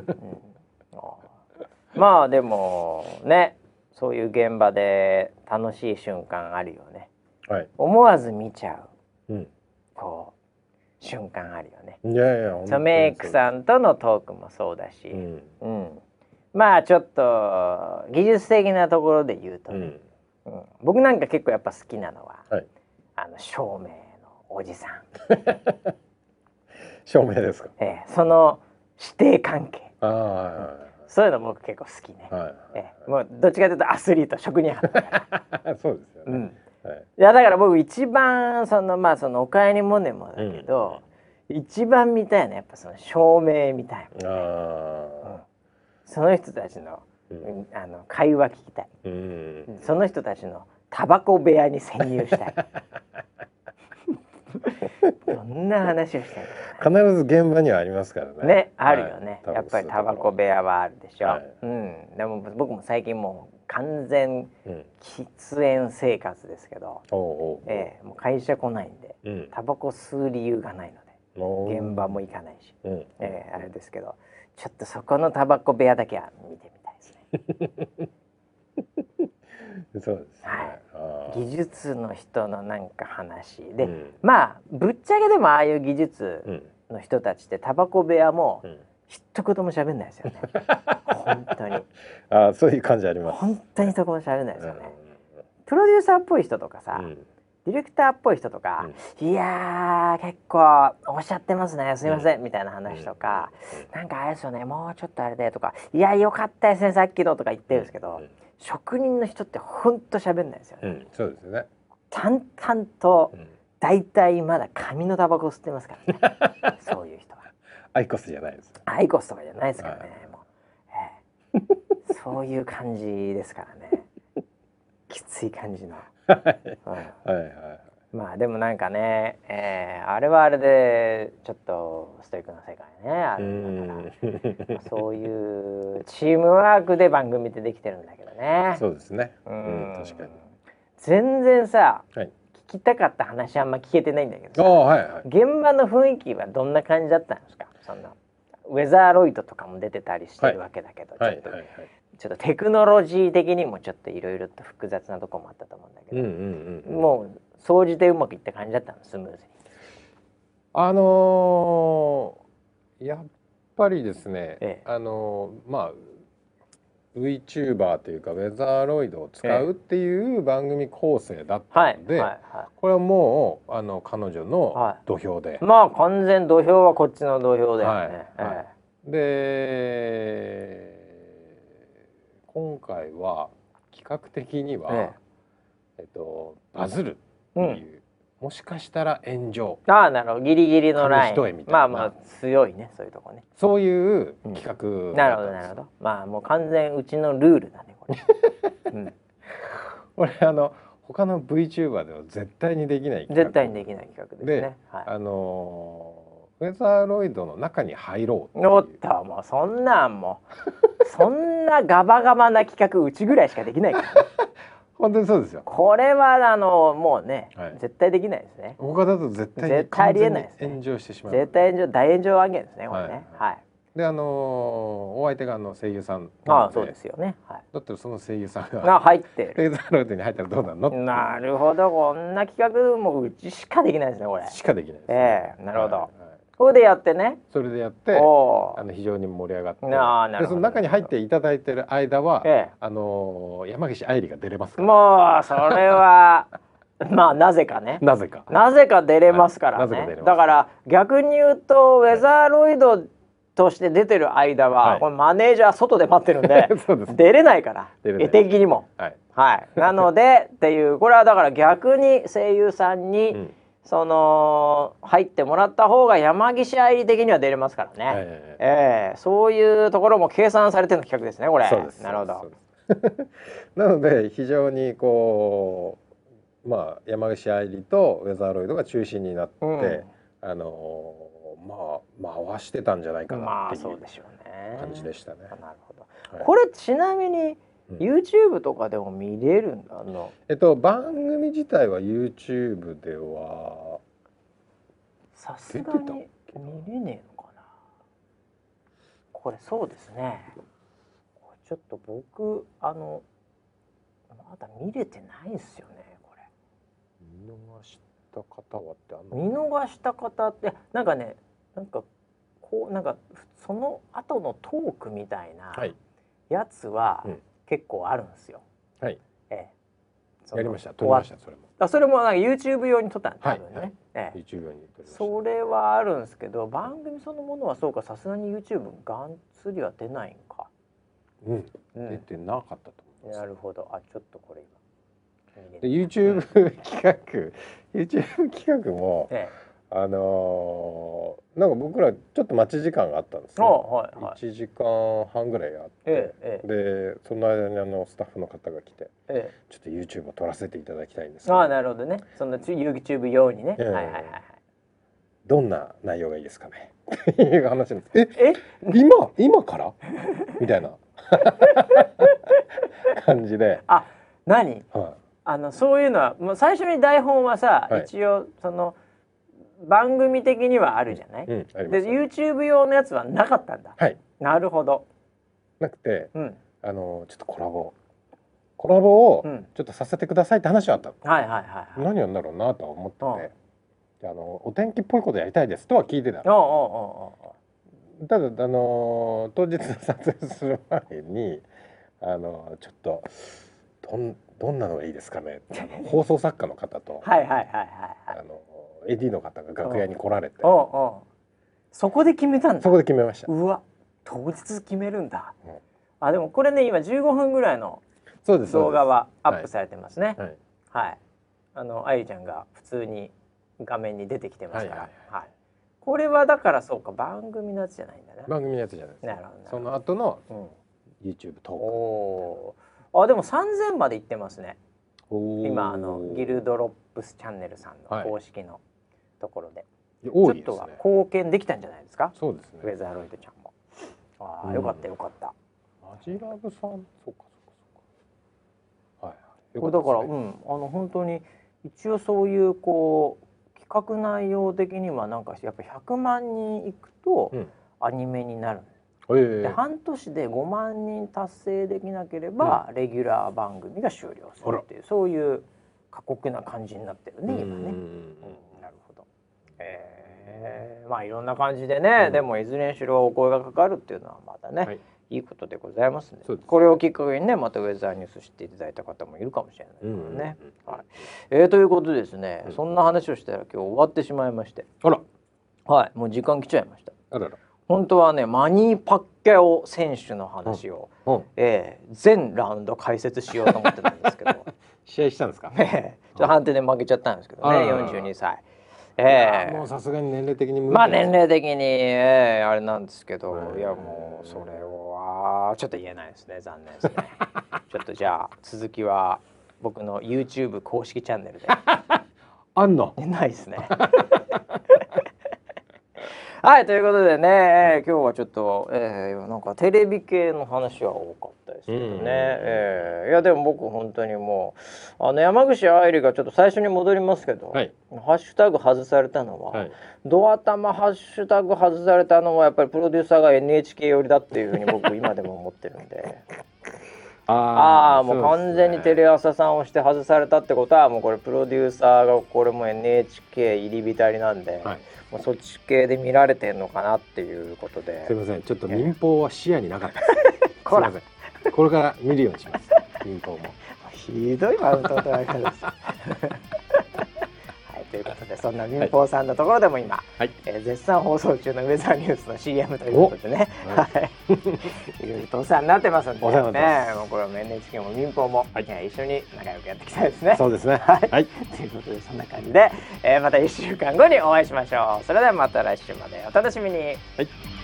まあでもね、そういう現場で楽しい瞬間あるよね。思わず見ちゃう。こう瞬間あるよね。 いやいや。 メイクさんとのトークもそうだし、まあちょっと技術的なところで言うとね。僕なんか結構やっぱ好きなのは、照明のおじさん。 照明ですか。 その師弟関係。そういうの僕結構好きね。もうどっちかというとアスリート、職人派。 そうですよね。 いやだから僕一番そのおかえりモネもだけど、一番見たいのはやっぱその照明みたいな。その人たちの会話聞きたい。その人たちのタバコ部屋に潜入したい。どんな話をしたいのかな。必ず現場にはありますからね。 ね、あるよね。やっぱりタバコ部屋はあるでしょ。でも僕も最近もう完全喫煙生活ですけど、もう会社来ないんで、タバコ吸う理由がないので、現場も行かないし、あれですけど、ちょっとそこのタバコ部屋だけは見てみたいですね。 そうですね。 技術の人のなんか話で、まあぶっちゃけでもああいう技術の人たちってタバコ部屋も一言も喋んないですよね。本当に。 そういう感じあります。 本当に一言も喋んないですよね。プロデューサーっぽい人とかさ、 ディレクターっぽい人とか、いやー結構おっしゃってますね、すいません、みたいな話とか、なんかあれですよね、もうちょっとあれでとか、いやよかったですねさっきのとか言ってるんですけど、職人の人ってほんと喋んないですよね。 そうですね。 淡々と、だいたいまだ紙のタバコ吸ってますからね。そういう人は。 アイコスじゃないです。 アイコスとかじゃないですからね。もう、そういう感じですからね。きつい感じの。まあでもなんかね、あれはあれでちょっとストイックな世界ねあるんだから、そういうチームワークで番組ってできてるんだけどね。 そうですね。確かに。 全然さ、聞きたかった話あんま聞けてないんだけどさ、現場の雰囲気はどんな感じだったんですか？そんなウェザーロイドとかも出てたりしてるわけだけど、ちょっとテクノロジー的にもちょっといろいろと複雑なとこもあったと思うんだけど、もう総じてうまくいった感じだったの？スムーズに。やっぱりですね、まあVTuber というかウェザーロイドを使うっていう番組構成だったので、これはもう彼女の土俵で、 まあ完全土俵はこっちの土俵だよね。 で今回は企画的には、バズるっていう、もしかしたら炎上、 なるほど、ギリギリのライン、まあ強いね、そういうとこね。 そういう企画なるほどなるほど。まあもう完全うちのルールだねこれ。 これ他の VTuber では絶対にできない企画、 絶対にできない企画ですね。 ウェザーロイドの中に入ろうっていう。 おっと、もうそんなんもそんなガバガバな企画うちぐらいしかできないからね。 本当にそうですよ。 これはもうね、絶対できないですね。 他だと絶対にありえないですね。 炎上してしまう。 絶対大炎上案件ですねこれね。 でお相手が声優さんなので、そうですよね。 だったらその声優さんが入ってウェザーロイドに入ったらどうなの？ なるほど、こんな企画もうちしかできないですねこれ。 しかできないです。 なるほど。それでやってね。 それでやって非常に盛り上がって、でその中に入っていただいてる間は山岸愛理が出れますから。 もうそれはまあなぜかね。なぜか出れますからね。だから逆に言うとウェザーロイドとして出てる間は、これマネージャー外で待ってるんで出れないから、絵的にも。なのでっていう、これはだから逆に声優さんに、その入ってもらった方が山岸愛理的には出れますからね。そういうところも計算されての企画ですねこれ。そうです。なるほど。 なので非常にこう山岸愛理とウェザーロイドが中心になって、回してたんじゃないかなっていう感じでしたね。 なるほど。これちなみにYouTube とかでも見れるんだ。 番組自体は YouTube ではさすがに見れねえのかな。これそうですね。これちょっと僕まだ見れてないですよねこれ。 見逃した方はって見逃した方ってなんかね、なんかこうなんかその後のトークみたいなやつは結構あるんですよ。 やりました。撮りました。それも。 それもなんか YouTube 用に撮ったん多分ね。 YouTube 用に撮りました。 それはあるんですけど、番組そのものはそうか、さすがに YouTube がんつりは出ないんか。 出てなかったと思います。 なるほど。ちょっとこれ今。で YouTube 企画も。なんか僕らちょっと待ち時間があったんですね。1時間半ぐらいあって、でその間にスタッフの方が来て、ちょっと YouTube を撮らせていただきたいんですけど。 なるほどね。その YouTube 用にね。 どんな内容がいいですかねっていう話なんです。今からみたいな感じで。 何？そういうのはもう最初に台本はさ、一応その番組的にはあるじゃない。で YouTube 用のやつはなかったんだ。なるほど。 なくて、ちょっとコラボをちょっとさせてくださいって話はあったの。何やんだろうなとは思ってて、お天気っぽいことやりたいですとは聞いてた。ただ当日撮影する前にちょっとどんなのがいいですかね放送作家の方とAD の方が楽屋に来られて、 そこで決めたんだ。 そこで決めました。 うわ、当日決めるんだ。でもこれね今15分ぐらいの動画はアップされてますね。はい。愛理ちゃんが普通に画面に出てきてますから。はい。これはだからそうか、番組のやつじゃないんだね。 番組のやつじゃないです。なるほど。その後の YouTube トーク。でも3000まで行ってますね。今ギルドロップスチャンネルさんの公式のところで、ちょっとは貢献できたんじゃないですか。 そうですね。 ウェザーロイドちゃんも。よかったよかった。 マジラブさん、そうか。 はい。これだから本当に一応そういうこう企画内容的にはなんかやっぱ100万人いくとアニメになる。で半年で5万人達成できなければレギュラー番組が終了するっていう、そういう過酷な感じになってるね今ね。なるほど。まあいろんな感じでね、でもいずれにしろお声がかかるっていうのはまたね、いいことでございますね。これをきっかけにねまたウェザーニュース知っていただいた方もいるかもしれないからね。ということでですね、そんな話をしたら今日終わってしまいまして、はい、もう時間来ちゃいました。本当はねマニー・パッキャオ選手の話を全ラウンド解説しようと思ってたんですけど試合したんですか？ ちょっと判定で負けちゃったんですけどね、42歳。 もうさすがに年齢的にまあ年齢的に、あれなんですけど、いやもうそれはちょっと言えないですね、残念ですねちょっとじゃあ続きは僕の YouTube 公式チャンネルであんの？ ないですねはい、ということでね、今日はちょっと、なんかテレビ系の話は多かったですけどね。いやでも僕本当にもう山口愛理がちょっと最初に戻りますけど、ハッシュタグ外されたのは、ドア玉ハッシュタグ外されたのはやっぱりプロデューサーが NHK 寄りだっていうふうに僕今でも思ってるんでもう完全にテレ朝さんをして外されたってことはもうこれプロデューサーがこれも NHK 入り浸りなんで、もうそっち系で見られてんのかなっていうことで、 すいません、ちょっと民放は視野になかったですすいません、これから見るようにします民放もひどいマウントを取られたんですということで、そんな民放さんのところでも今、絶賛放送中のウェザーニュースの CM ということでね、いろいろとお世話になってますんでね、もうこれは NHK も民放も一緒に仲良くやっていきたいですね。 そうですね。 ということでそんな感じで、また1週間後にお会いしましょう。それではまた来週までお楽しみに。